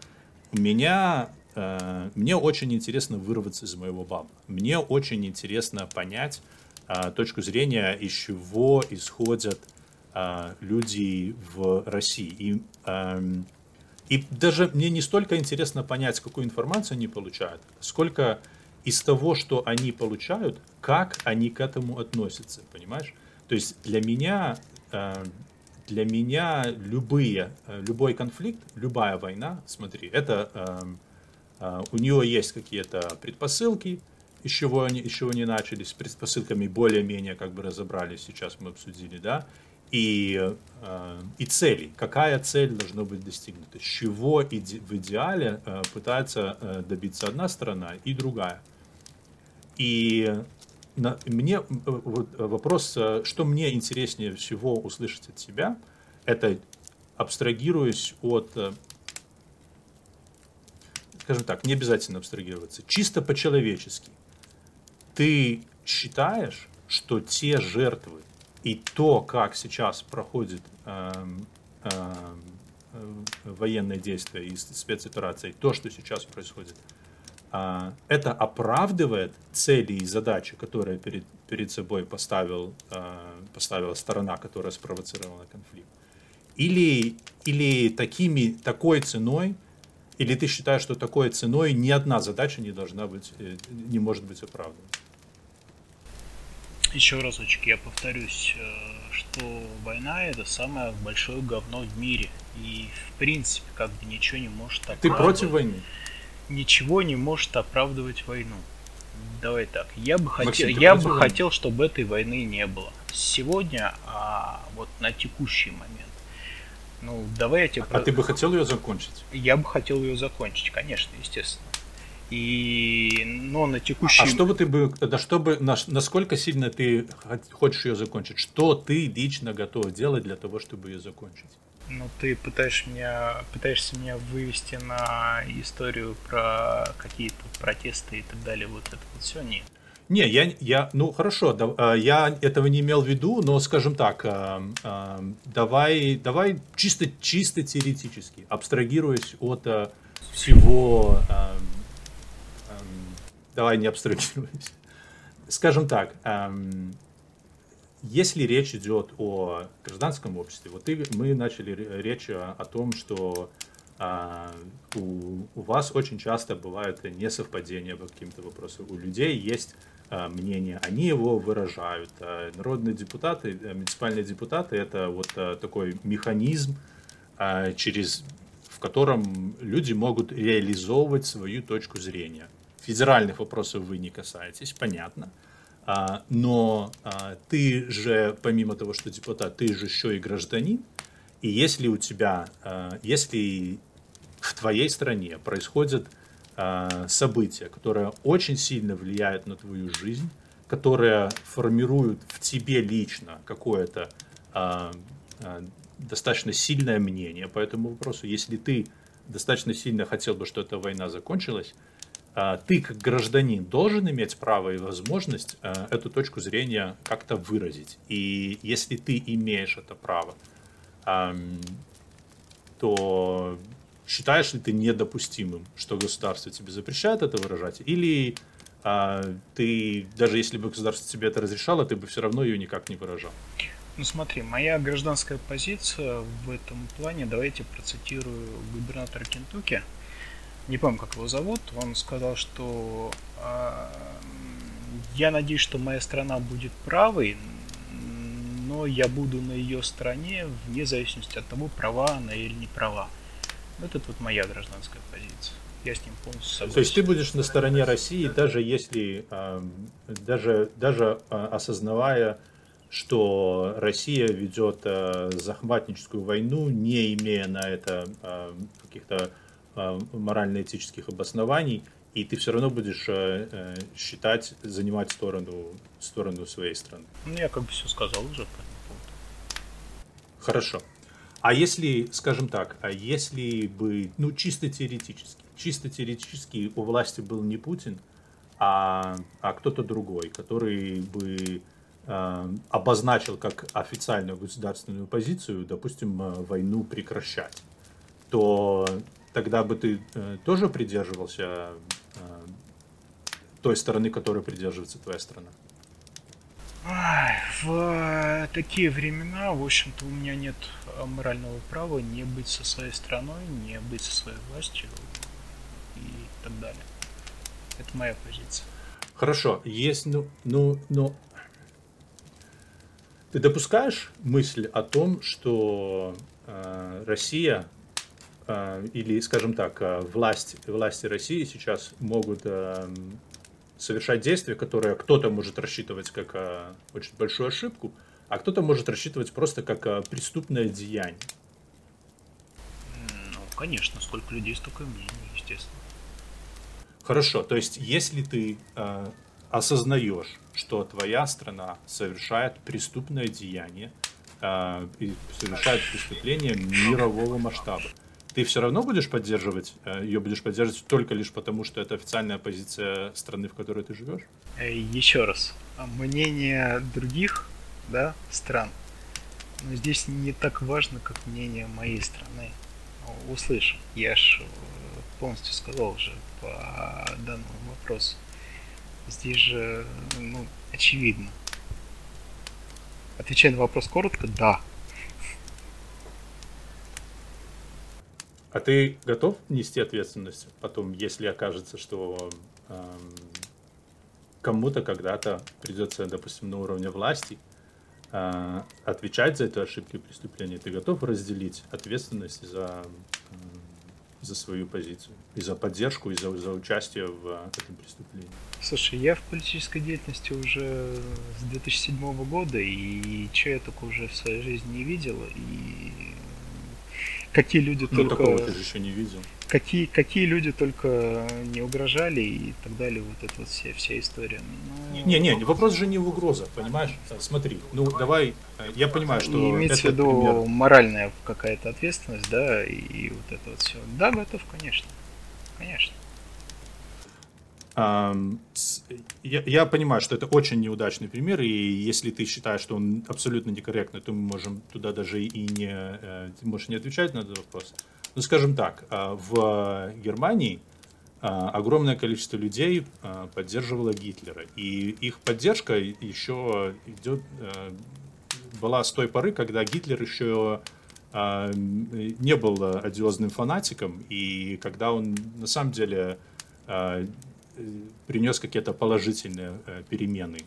S1: мне очень интересно вырваться из моего бабла. Мне очень интересно понять точку зрения, из чего исходят люди в России. И даже мне не столько интересно понять, какую информацию они получают, сколько из того, что они получают, как они к этому относятся, понимаешь? То есть для меня любой конфликт, любая война, смотри, это у нее есть какие-то предпосылки, из чего они начались, с предпосылками более-менее как бы разобрались, сейчас мы обсудили, да, и цели, какая цель должна быть достигнута, с чего в идеале пытается добиться одна сторона и другая. И мне вопрос, что мне интереснее всего услышать от тебя, это абстрагируясь от, скажем так, не обязательно абстрагироваться, чисто по-человечески. Ты считаешь, что те жертвы и то, как сейчас проходит военные действия и спецоперации, то, что сейчас происходит, это оправдывает цели и задачи, которые перед собой поставила сторона, которая спровоцировала конфликт? Или такой ценой, или ты считаешь, что такой ценой ни одна задача не может быть оправдана?
S2: Еще разочек я повторюсь, что война это самое большое говно в мире. И в принципе как бы ничего не может оправдывать.
S1: Ты против войны?
S2: Ничего не может оправдывать войну. Давай так. Я бы хотел, чтобы этой войны не было. Сегодня, вот на текущий момент. Ну, давай я тебе...
S1: А ты бы хотел ее закончить?
S2: Я бы хотел ее закончить, конечно, естественно. Но на текущий...
S1: Насколько сильно ты хочешь ее закончить? Что ты лично готов делать для того, чтобы ее закончить?
S2: Ну, ты пытаешься меня вывести на историю про какие-то протесты и так далее, вот это вот все, нет.
S1: Не, ну хорошо, я этого не имел в виду, но скажем так, давай чисто теоретически, абстрагируясь от всего, давай не абстрагируясь. Скажем так, если речь идет о гражданском обществе, мы начали речь о том, что у вас очень часто бывают несовпадения по каким-то вопросам. У людей есть мнение, они его выражают. Народные депутаты, муниципальные депутаты — это вот такой механизм, в котором люди могут реализовывать свою точку зрения. Федеральных вопросов вы не касаетесь, понятно. Но ты же, помимо того, что депутат, ты же еще и гражданин. И если если в твоей стране происходят события, которые очень сильно влияют на твою жизнь, которые формируют в тебе лично какое-то достаточно сильное мнение по этому вопросу, если ты достаточно сильно хотел бы, чтобы эта война закончилась, ты как гражданин должен иметь право и возможность эту точку зрения как-то выразить. И если ты имеешь это право, то считаешь ли ты недопустимым, что государство тебе запрещает это выражать, или ты, даже если бы государство тебе это разрешало, ты бы все равно ее никак не выражал.
S2: Ну смотри, моя гражданская позиция в этом плане, давайте процитирую губернатора Кентукки. Не помню, как его зовут. Он сказал, что я надеюсь, что моя страна будет правой, но я буду на ее стороне вне зависимости от того, права она или не права. Это вот моя гражданская позиция. Я с ним полностью согласен.
S1: То есть ты будешь на стороне России, даже если, даже осознавая, что Россия ведет захватническую войну, не имея на это каких-то морально-этических обоснований, и ты все равно будешь считать, занимать сторону своей страны.
S2: Ну, я как бы все сказал уже по этому поводу.
S1: Хорошо. А если, скажем так, если бы, ну, чисто теоретически у власти был не Путин, а кто-то другой, который бы обозначил как официальную государственную позицию, допустим, войну прекращать, то тогда бы ты тоже придерживался той стороны, которой придерживается твоя страна?
S2: В такие времена, в общем-то, у меня нет морального права не быть со своей страной, не быть со своей властью и так далее. Это моя позиция.
S1: Хорошо, есть, ты допускаешь мысль о том, что Россия или, скажем так, власти России сейчас могут совершать действия, которые кто-то может рассчитывать как очень большую ошибку, а кто-то может рассчитывать просто как преступное деяние?
S2: Ну, конечно, сколько людей, столько и мнений, естественно.
S1: Хорошо, то есть если ты осознаешь, что твоя страна совершает преступное деяние и совершает преступление мирового масштаба, ты все равно будешь поддерживать, ее будешь поддерживать только лишь потому, что это официальная позиция страны, в которой ты живешь?
S2: Еще раз, мнение других, да, стран, но здесь не так важно, как мнение моей страны. Услышь, я ж полностью сказал уже по данному вопросу. Здесь же, очевидно. Отвечая на вопрос коротко, да.
S1: А ты готов нести ответственность потом, если окажется, что кому-то когда-то придется, допустим, на уровне власти отвечать за эту ошибку и преступление? Ты готов разделить ответственность за свою позицию, и за поддержку, и за участие в этом преступлении?
S2: Слушай, я в политической деятельности уже с 2007 года, и что я только уже в своей жизни не видел, и какие люди только...
S1: такого ты же еще не видел.
S2: Какие люди только не угрожали и так далее, вот это вот вся история.
S1: Не, вопрос же не в угрозах, понимаешь? Смотри, давай, я понимаю, что
S2: имеется в
S1: это,
S2: виду
S1: например,
S2: моральная какая-то ответственность, да, и вот это вот все. Да, готов, конечно. Конечно.
S1: я понимаю, что это очень неудачный пример, и если ты считаешь, что он абсолютно некорректный, то мы можем туда даже и не... Ты можешь не отвечать на этот вопрос. Ну, скажем так, в Германии огромное количество людей поддерживало Гитлера, и их поддержка еще идет, была с той поры, когда Гитлер еще не был одиозным фанатиком, и когда он на самом деле принес какие-то положительные перемены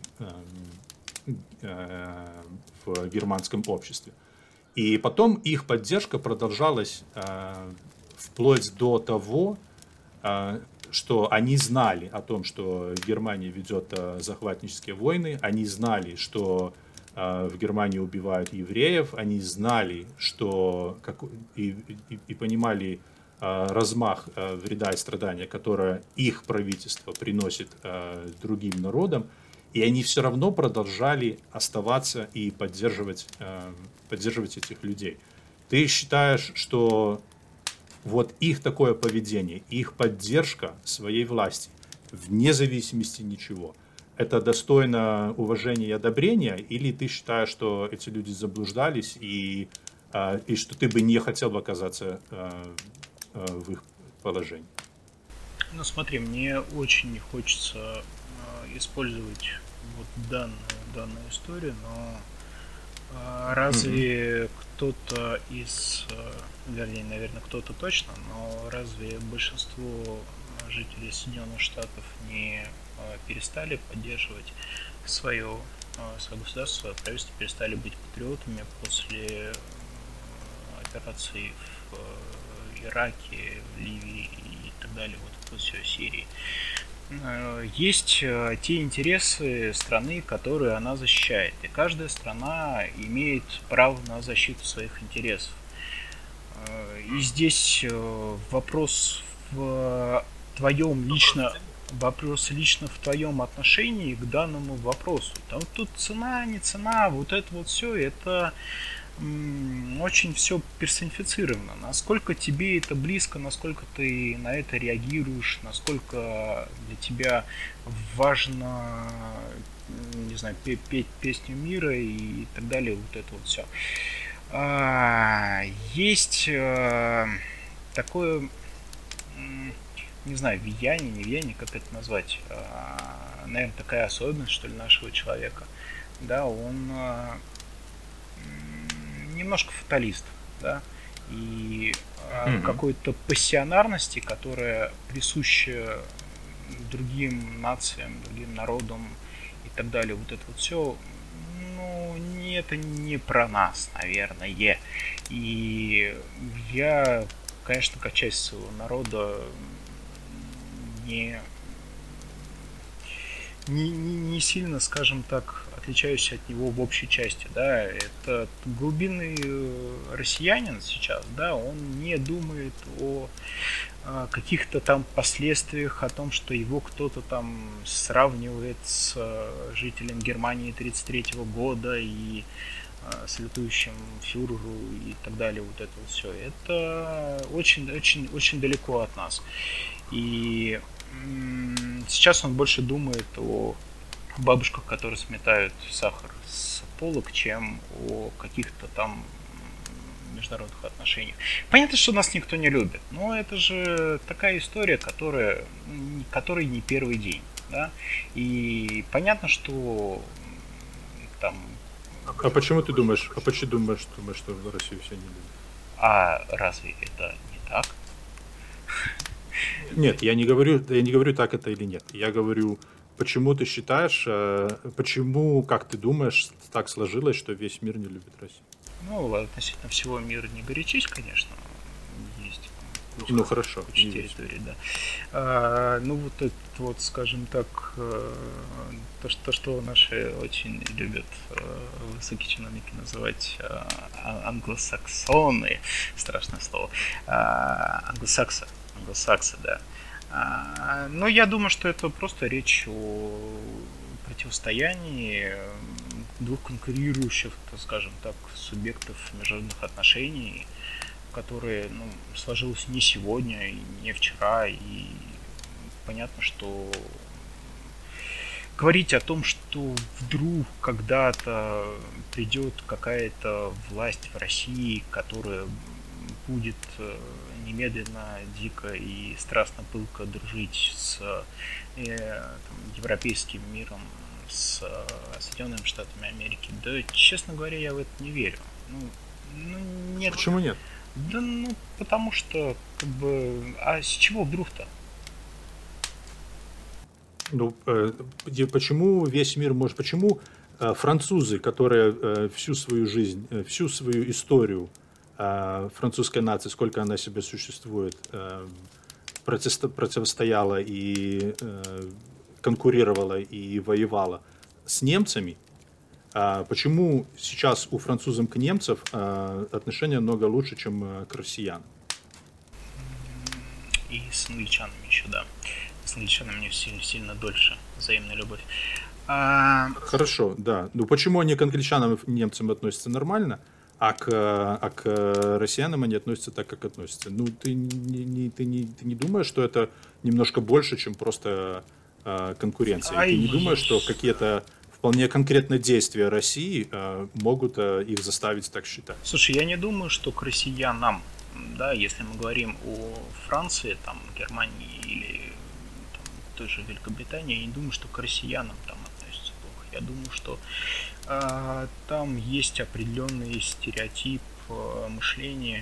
S1: в германском обществе. И потом их поддержка продолжалась вплоть до того, что они знали о том, что Германия ведет захватнические войны, они знали, что в Германии убивают евреев, они знали, что и понимали размах вреда и страдания, которое их правительство приносит другим народам, и они все равно продолжали оставаться и поддерживать этих людей. Ты считаешь, что вот их такое поведение, их поддержка своей власти, вне зависимости ничего, это достойно уважения и одобрения, или ты считаешь, что эти люди заблуждались и что ты бы не хотел бы оказаться в их положении?
S2: Ну смотри, мне очень не хочется использовать вот данную историю, но разве кто-то вернее, наверное, кто-то точно, но разве большинство жителей Соединенных Штатов не перестали поддерживать свое государство, свое правительство, перестали быть патриотами после операций в Ираке, в Ливии и так далее, вот все Сирии. Есть те интересы страны, которые она защищает, и каждая страна имеет право на защиту своих интересов. И здесь вопрос лично в твоем отношении к данному вопросу. Там тут цена, не цена, вот это вот все, это очень все персонифицировано. Насколько тебе это близко, насколько ты на это реагируешь, насколько для тебя важно, не знаю, петь песню мира и так далее, вот это вот все. Есть такое, не знаю, влияние, не влияние, как это назвать, наверное, такая особенность, что ли, нашего человека. Да, он немножко фаталист, да, и какой-то пассионарности, которая присуща другим нациям, другим народам и так далее, вот это вот все, ну, это не про нас, наверное. И я, конечно, как часть своего народа не сильно, скажем так, отличаюсь от него в общей части, да, это глубинный россиянин сейчас, да, он не думает о каких-то там последствиях, о том, что его кто-то там сравнивает с жителем Германии 1933 года и салютующим фюреру и так далее, вот это вот все, это очень далеко от нас. И сейчас он больше думает о бабушках, которые сметают сахар с полок, чем о каких-то там международных отношениях. Понятно, что нас никто не любит, но это же такая история, которой не первый день, да? И понятно, что там...
S1: А почему ты думаешь, что в Россию все не любят?
S2: А разве это не так?
S1: Нет, я не говорю, так это или нет. Я говорю, почему ты считаешь, почему, как ты думаешь, так сложилось, что весь мир не любит Россию?
S2: Ну, относительно всего мира не горячись, конечно. Есть
S1: хорошо.
S2: Куча территорий, да. Ну, вот это вот, скажем так, то, что наши очень любят высокие чиновники называть англосаксоны, страшное слово, англосаксы, да. Но я думаю, что это просто речь о противостоянии двух конкурирующих, так скажем так, субъектов международных отношений, которые сложилось не сегодня и не вчера. И понятно, что говорить о том, что вдруг когда-то придет какая-то власть в России, которая будет немедленно, дико и страстно пылко дружить с европейским миром, с Соединенными Штатами Америки, да, честно говоря, я в это не верю. Нет.
S1: Почему нет?
S2: Да, потому что, а с чего вдруг-то?
S1: Почему весь мир может... Почему французы, которые всю свою жизнь, всю свою историю французской нации, сколько она себе существует, противостояла и конкурировала и воевала с немцами, почему сейчас у французов к немцам отношения много лучше, чем к россиянам?
S2: И с англичанами еще, да. С англичанами у них сильно дольше взаимная любовь.
S1: Хорошо, да. Ну почему они к англичанам и немцам относятся нормально, а к россиянам они относятся так, как относятся? Ну, ты не думаешь, что это немножко больше, чем просто конкуренция? Ты не думаешь, что какие-то вполне конкретные действия России могут их заставить так считать?
S2: Слушай, я не думаю, что к россиянам, да, если мы говорим о Франции, там, Германии или той же Великобритании, я не думаю, что к россиянам там относятся плохо. Я думаю, что там есть определенный стереотип мышления,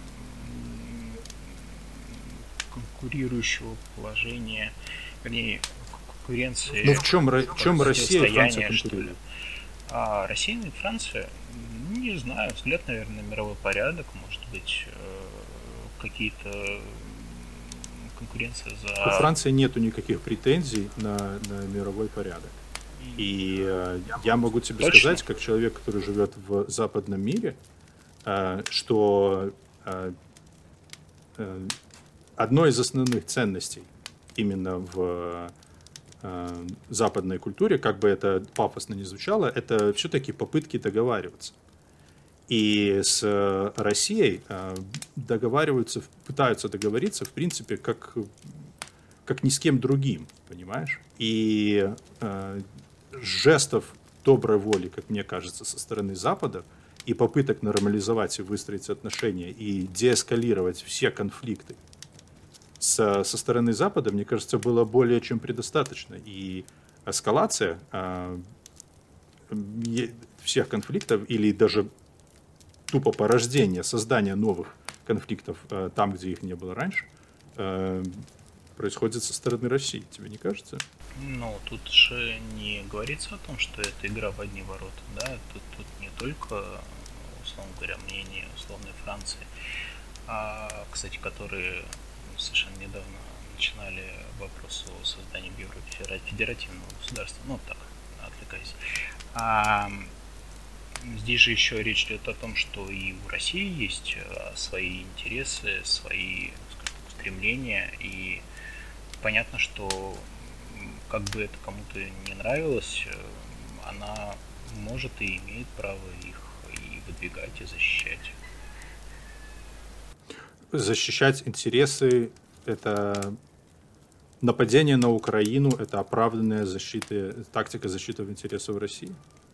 S2: конкурирующего положения, вернее, конкуренции,
S1: Ну, в чем Россия и Франция
S2: противостояния, что ли.
S1: конкурируют?
S2: А Россия и Франция, не знаю, взгляд, наверное, на мировой порядок, может быть, какие-то конкуренция
S1: У
S2: за...
S1: Франции нету никаких претензий на мировой порядок. И я могу тебе
S2: Точно?
S1: сказать, как человек, который живет в западном мире, что одной из основных ценностей именно в западной культуре, как бы это пафосно ни звучало, это все-таки попытки договариваться. И с Россией договариваются, пытаются договориться, в принципе, как ни с кем другим, понимаешь? И жестов доброй воли, как мне кажется, со стороны Запада и попыток нормализовать и выстроить отношения и деэскалировать все конфликты со стороны Запада, мне кажется, было более чем предостаточно. И эскалация всех конфликтов или даже тупо порождение, создание новых конфликтов там, где их не было раньше, происходит со стороны России. Тебе не кажется?
S2: Ну, тут же не говорится о том, что это игра в одни ворота, да, тут не только, условно говоря, мнение условной Франции, кстати, которые совершенно недавно начинали вопрос о создании в Европе федеративного государства, ну, так, отвлекаясь. Здесь же еще речь идет о том, что и у России есть свои интересы, свои, скажем так, устремления, и понятно, что как бы это кому-то не нравилось, она может и имеет право их и выдвигать, и защищать.
S1: Защищать интересы — это нападение на Украину, это оправданная тактика защиты интересов России.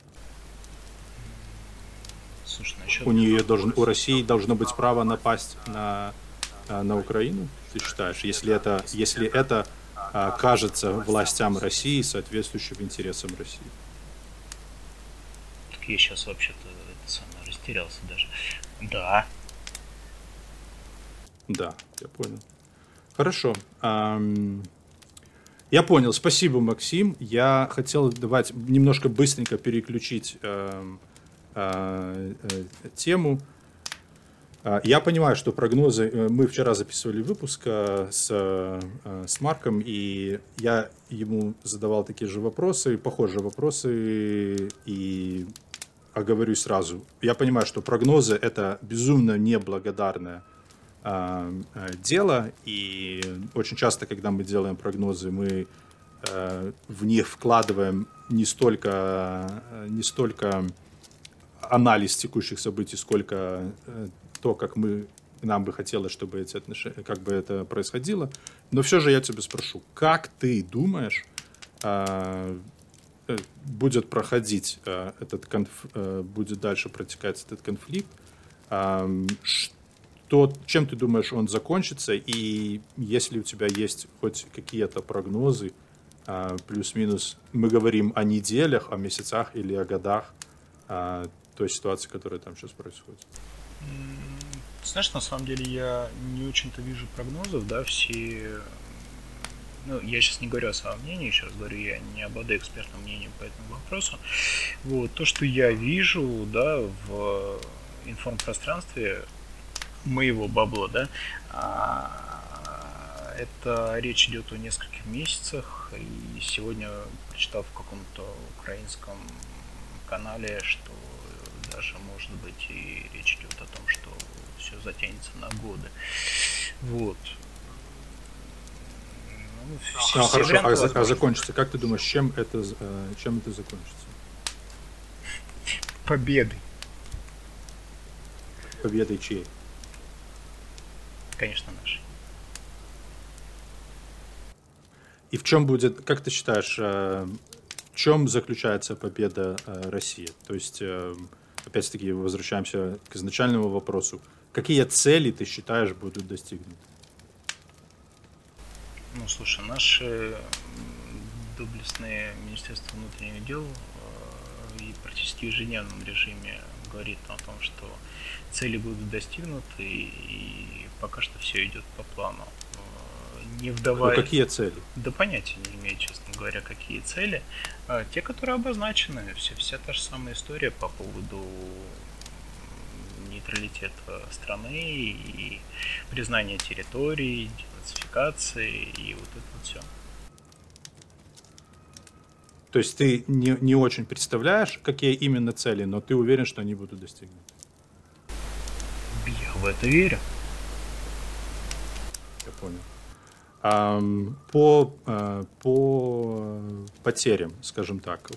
S2: Слушай, насчет...
S1: У России должно быть право напасть на Украину, ты считаешь, если это кажется властям России соответствующим интересам России?
S2: Так я сейчас вообще-то растерялся даже. Да.
S1: Да, я понял. Хорошо. Я понял. Спасибо, Максим. Я хотел немножко быстренько переключить тему. Я понимаю, что прогнозы... Мы вчера записывали выпуск с Марком, и я ему задавал такие же вопросы, похожие вопросы, и оговорюсь сразу. Я понимаю, что прогнозы — это безумно неблагодарное дело, и очень часто, когда мы делаем прогнозы, мы в них вкладываем не столько анализ текущих событий, сколько то, как нам бы хотелось, чтобы эти отношения, как бы это происходило. Но все же я тебя спрошу, как ты думаешь, будет проходить будет дальше протекать этот конфликт? Чем ты думаешь, он закончится? И если у тебя есть хоть какие-то прогнозы, плюс-минус, мы говорим о неделях, о месяцах или о годах той ситуации, которая там сейчас происходит?
S2: Знаешь, на самом деле я не очень-то вижу прогнозов, да, все... Ну, я сейчас не говорю о своем мнении, еще раз говорю, я не обладаю экспертным мнением по этому вопросу. Вот, то, что я вижу, да, в информпространстве моего бабла, да, это речь идет о нескольких месяцах, и сегодня прочитал в каком-то украинском канале, что даже, может быть, и речь идет о том, что все затянется на годы. Вот.
S1: Хорошо, а закончится? Как ты думаешь, чем это закончится?
S2: Победой.
S1: Победой чьей?
S2: Конечно, нашей.
S1: И в чем будет, как ты считаешь, в чем заключается победа России? То есть, опять-таки, возвращаемся к изначальному вопросу. Какие цели, ты считаешь, будут достигнуты?
S2: Ну, слушай, наше доблестное Министерство внутренних дел и практически в ежедневном режиме говорит о том, что цели будут достигнуты, и пока что все идет по плану. Не
S1: Ну,
S2: вдаваясь...
S1: какие цели?
S2: Да понятия не имею, честно говоря, какие цели. Те, которые обозначены, вся та же самая история по поводу нейтралитета страны и признания территорий, денацификации и вот это вот все.
S1: То есть ты не очень представляешь, какие именно цели, но ты уверен, что они будут достигнуты.
S2: Я в это верю.
S1: Я понял. По потерям, скажем так,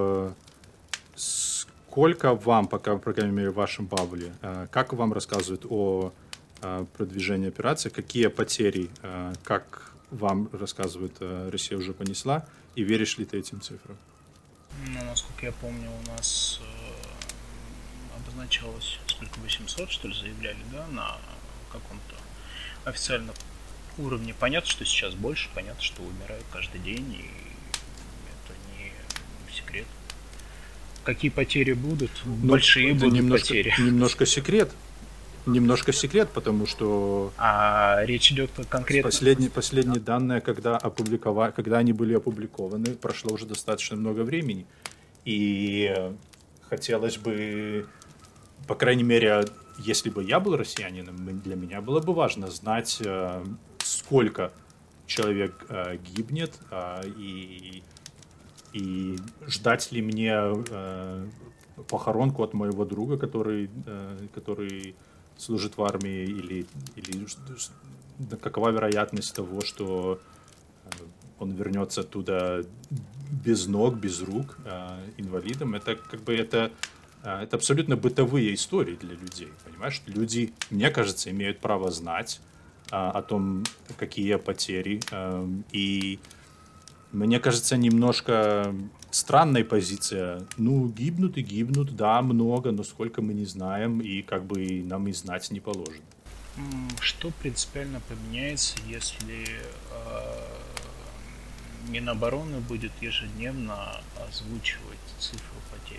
S1: сколько вам, пока, по крайней мере, в вашем бабле, как вам рассказывают о продвижении операции, какие потери, как вам рассказывают, Россия уже понесла, и веришь ли ты этим цифрам?
S2: Ну, насколько я помню, у нас обозначалось, сколько, 800, что ли, заявляли, да, на каком-то официальном уровне. Понятно, что сейчас больше, понятно, что умирают каждый день, и это не секрет. Какие потери будут? Большие будут потери.
S1: Немножко секрет, потому что
S2: речь идет конкретно...
S1: Последние данные, когда они были опубликованы, прошло уже достаточно много времени. И хотелось бы, по крайней мере, если бы я был россиянином, для меня было бы важно знать, сколько человек гибнет, и ждать ли мне похоронку от моего друга, который служит в армии, или какова вероятность того, что он вернется оттуда без ног, без рук, инвалидом. Это абсолютно бытовые истории для людей, понимаешь? Люди, мне кажется, имеют право знать о том, какие потери, и мне кажется, немножко странная позиция. Ну, гибнут и гибнут, да, много, но сколько мы не знаем, и как бы нам и знать не положено.
S2: Что принципиально поменяется, если Минобороны будет ежедневно озвучивать цифру потерь?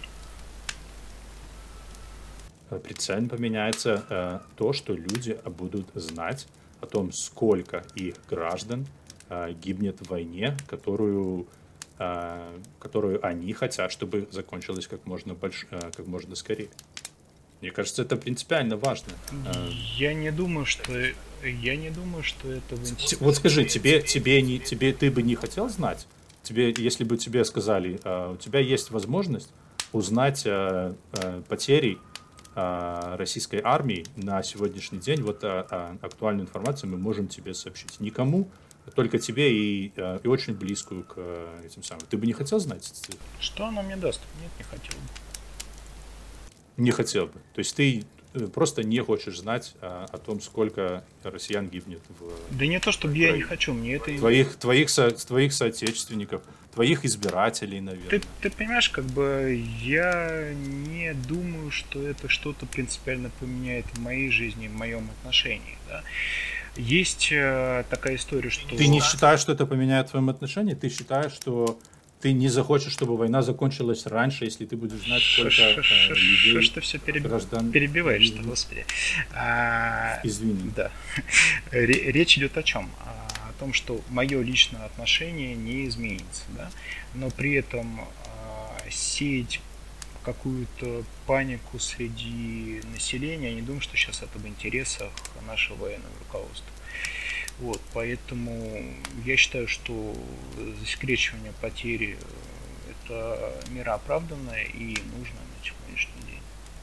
S1: Принципиально поменяется то, что люди будут знать о том, сколько их граждан гибнет в войне, которую они хотят, чтобы закончилась как можно скорее. Мне кажется, это принципиально важно.
S2: Я не думаю, что это...
S1: Вот скажи, ты бы не хотел знать? Если бы тебе сказали, у тебя есть возможность узнать потери российской армии на сегодняшний день, вот актуальную информацию мы можем тебе сообщить. Никому, только тебе и очень близкую к этим самым. Ты бы не хотел знать эти цифры?
S2: Что она мне даст? Нет, не хотел бы.
S1: Не хотел бы. То есть ты просто не хочешь знать о том, сколько россиян гибнет в...
S2: Да не то, чтобы я не хочу, мне это...
S1: Твоих соотечественников, твоих избирателей, наверное.
S2: Ты понимаешь, как бы я не думаю, что это что-то принципиально поменяет в моей жизни, в моем отношении, да. Есть такая история, что...
S1: Ты не считаешь, что это поменяет в твоем отношении? Ты считаешь, что ты не захочешь, чтобы война закончилась раньше, если ты будешь знать, сколько людей...
S2: Что ты все перебиваешь-то, господи.
S1: Извини.
S2: Да. Речь идет о чем? О том, что мое личное отношение не изменится, да? Но при этом сеять какую-то панику среди населения, я не думаю, что сейчас это в интересах нашего военного руководства. Вот, поэтому я считаю, что засекречивание потери – это мера оправданная и нужная на сегодняшний день.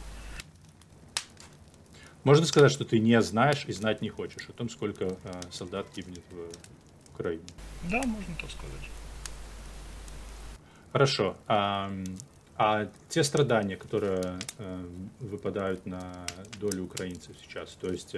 S1: Можно сказать, что ты не знаешь и знать не хочешь о том, сколько солдат гибнет в Украине?
S2: Да, можно так сказать.
S1: Хорошо. А те страдания, которые выпадают на долю украинцев сейчас, то есть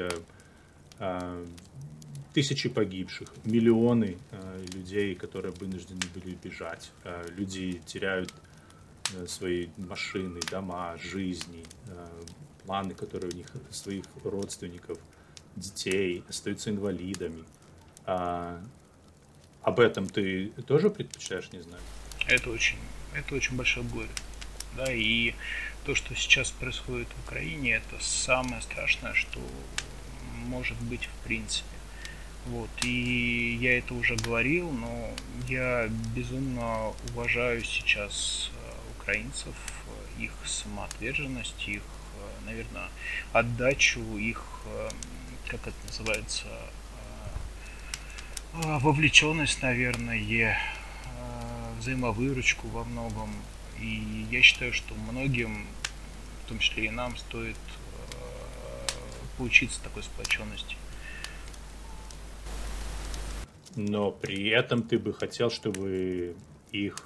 S1: тысячи погибших, миллионы людей, которые вынуждены были бежать, люди теряют свои машины, дома, жизни, планы, которые у них, своих родственников, детей, остаются инвалидами. об этом ты тоже предпочитаешь не знать?
S2: Это очень, это очень большое горе. Да, и то, что сейчас происходит в Украине, это самое страшное, что может быть в принципе. Вот, и я это уже говорил, но я безумно уважаю сейчас украинцев, их самоотверженность, их, наверное, отдачу, их, как это называется, вовлеченность, наверное, взаимовыручку во многом. И я считаю, что многим, в том числе и нам, стоит поучиться такой сплоченности.
S1: Но при этом ты бы хотел, чтобы их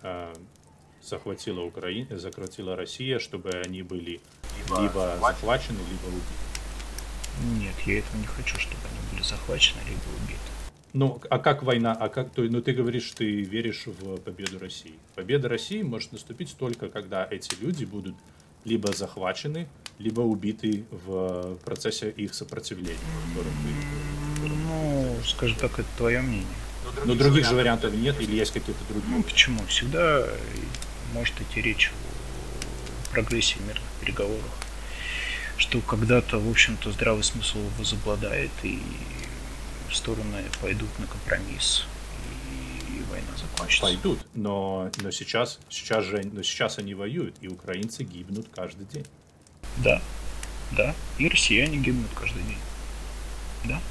S1: захватила Россия, чтобы они были либо захвачены, либо убиты.
S2: Нет, я этого не хочу, чтобы они были захвачены, либо убиты.
S1: Ну, а как война, ну ты говоришь, ты веришь в победу России. Победа России может наступить только, когда эти люди будут либо захвачены, либо убиты в процессе их сопротивления.
S2: Ну, скажем так, это твое мнение.
S1: Но других же вариантов нет, или есть какие-то другие?
S2: Ну, почему? Всегда может идти речь о прогрессе мирных переговорах. Что когда-то, в общем-то, здравый смысл возобладает, и стороны пойдут на компромисс, и война закончится.
S1: Пойдут, но сейчас они воюют, и украинцы гибнут каждый день.
S2: Да, да, и россияне гибнут каждый день. Да.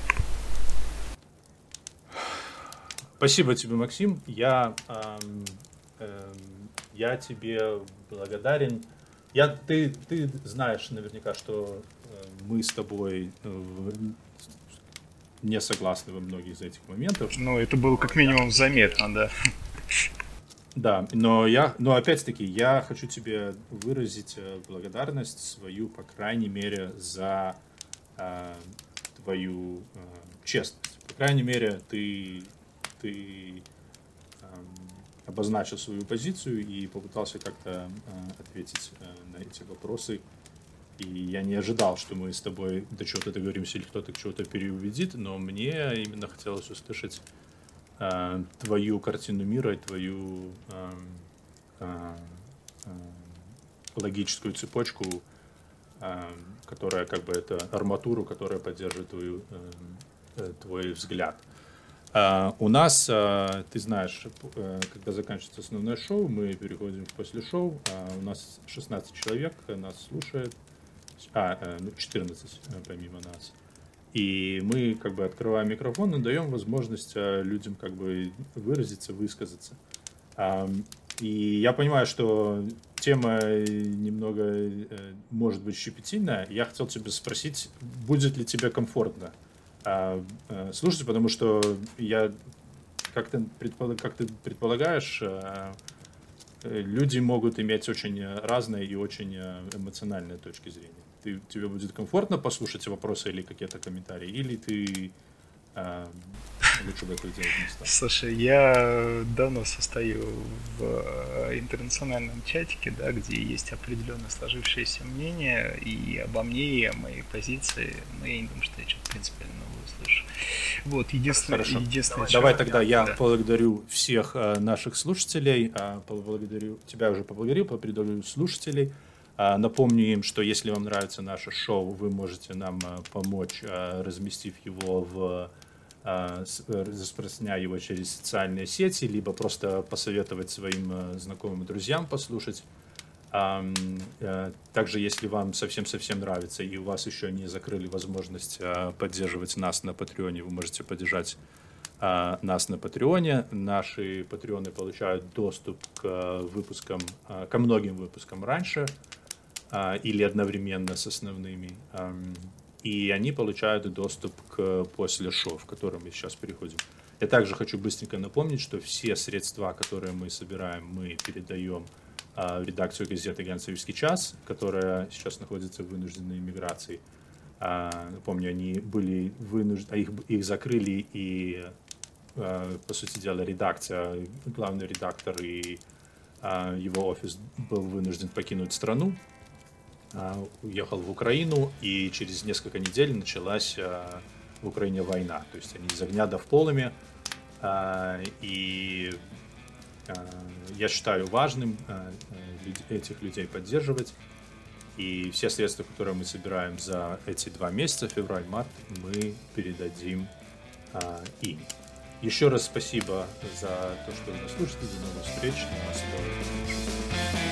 S1: Спасибо тебе, Максим. Я тебе благодарен. Ты знаешь наверняка, что мы с тобой не согласны во многих из этих моментов.
S2: Ну, это было как минимум заметно, да.
S1: Да, но опять-таки я хочу тебе выразить благодарность свою, по крайней мере, за твою честность. По крайней мере, ты обозначил свою позицию и попытался как-то ответить на эти вопросы. И я не ожидал, что мы с тобой до чего-то договоримся или кто-то чего-то переубедит, но мне именно хотелось услышать твою картину мира и твою логическую цепочку, которая как бы это арматуру, которая поддерживает твой взгляд. У нас, ты знаешь, когда заканчивается основное шоу, мы переходим в после шоу. У нас 16 человек нас слушает, 14 помимо нас. И мы как бы открываем микрофон и даем возможность людям как бы выразиться, высказаться. И я понимаю, что тема немного может быть щепетильная. Я хотел тебя спросить, будет ли тебе комфортно слушать, потому что как ты предполагаешь, люди могут иметь очень разные и очень эмоциональные точки зрения. Тебе будет комфортно послушать вопросы или какие-то комментарии, или ты лучше бы это делать не стал?
S2: Слушай, я давно состою в интернациональном чатике, да, где есть определенно сложившееся мнение и обо мне, и о моей позиции, но я не думаю, что я что-то принципиально новое услышу. Вот, единственное.
S1: Давай тогда я поблагодарю всех наших слушателей, тебя уже поблагодарил, поблагодарю слушателей. Напомню им, что если вам нравится наше шоу, вы можете нам помочь, разместив его распространяя его через социальные сети, либо просто посоветовать своим знакомым и друзьям послушать. Также, если вам совсем-совсем нравится и у вас еще не закрыли возможность поддерживать нас на Патреоне, вы можете поддержать нас на Патреоне. Наши патреоны получают доступ к выпускам, ко многим выпускам раньше или одновременно с основными. И они получают доступ к после шоу, в котором мы сейчас переходим. Я также хочу быстренько напомнить, что все средства, которые мы собираем, мы передаем в редакцию газеты «Глянцевский час», которая сейчас находится в вынужденной миграции. Напомню, они были вынуждены, их закрыли, и, по сути дела, редакция, главный редактор и его офис был вынужден покинуть страну. Уехал в Украину, и через несколько недель началась в Украине война. То есть они из огня до в полыми. И я считаю важным этих людей поддерживать. И все средства, которые мы собираем за эти 2 месяца, февраль-март, мы передадим им. Еще раз спасибо за то, что вы нас слушаете. До новых встреч. На Macedonia 36.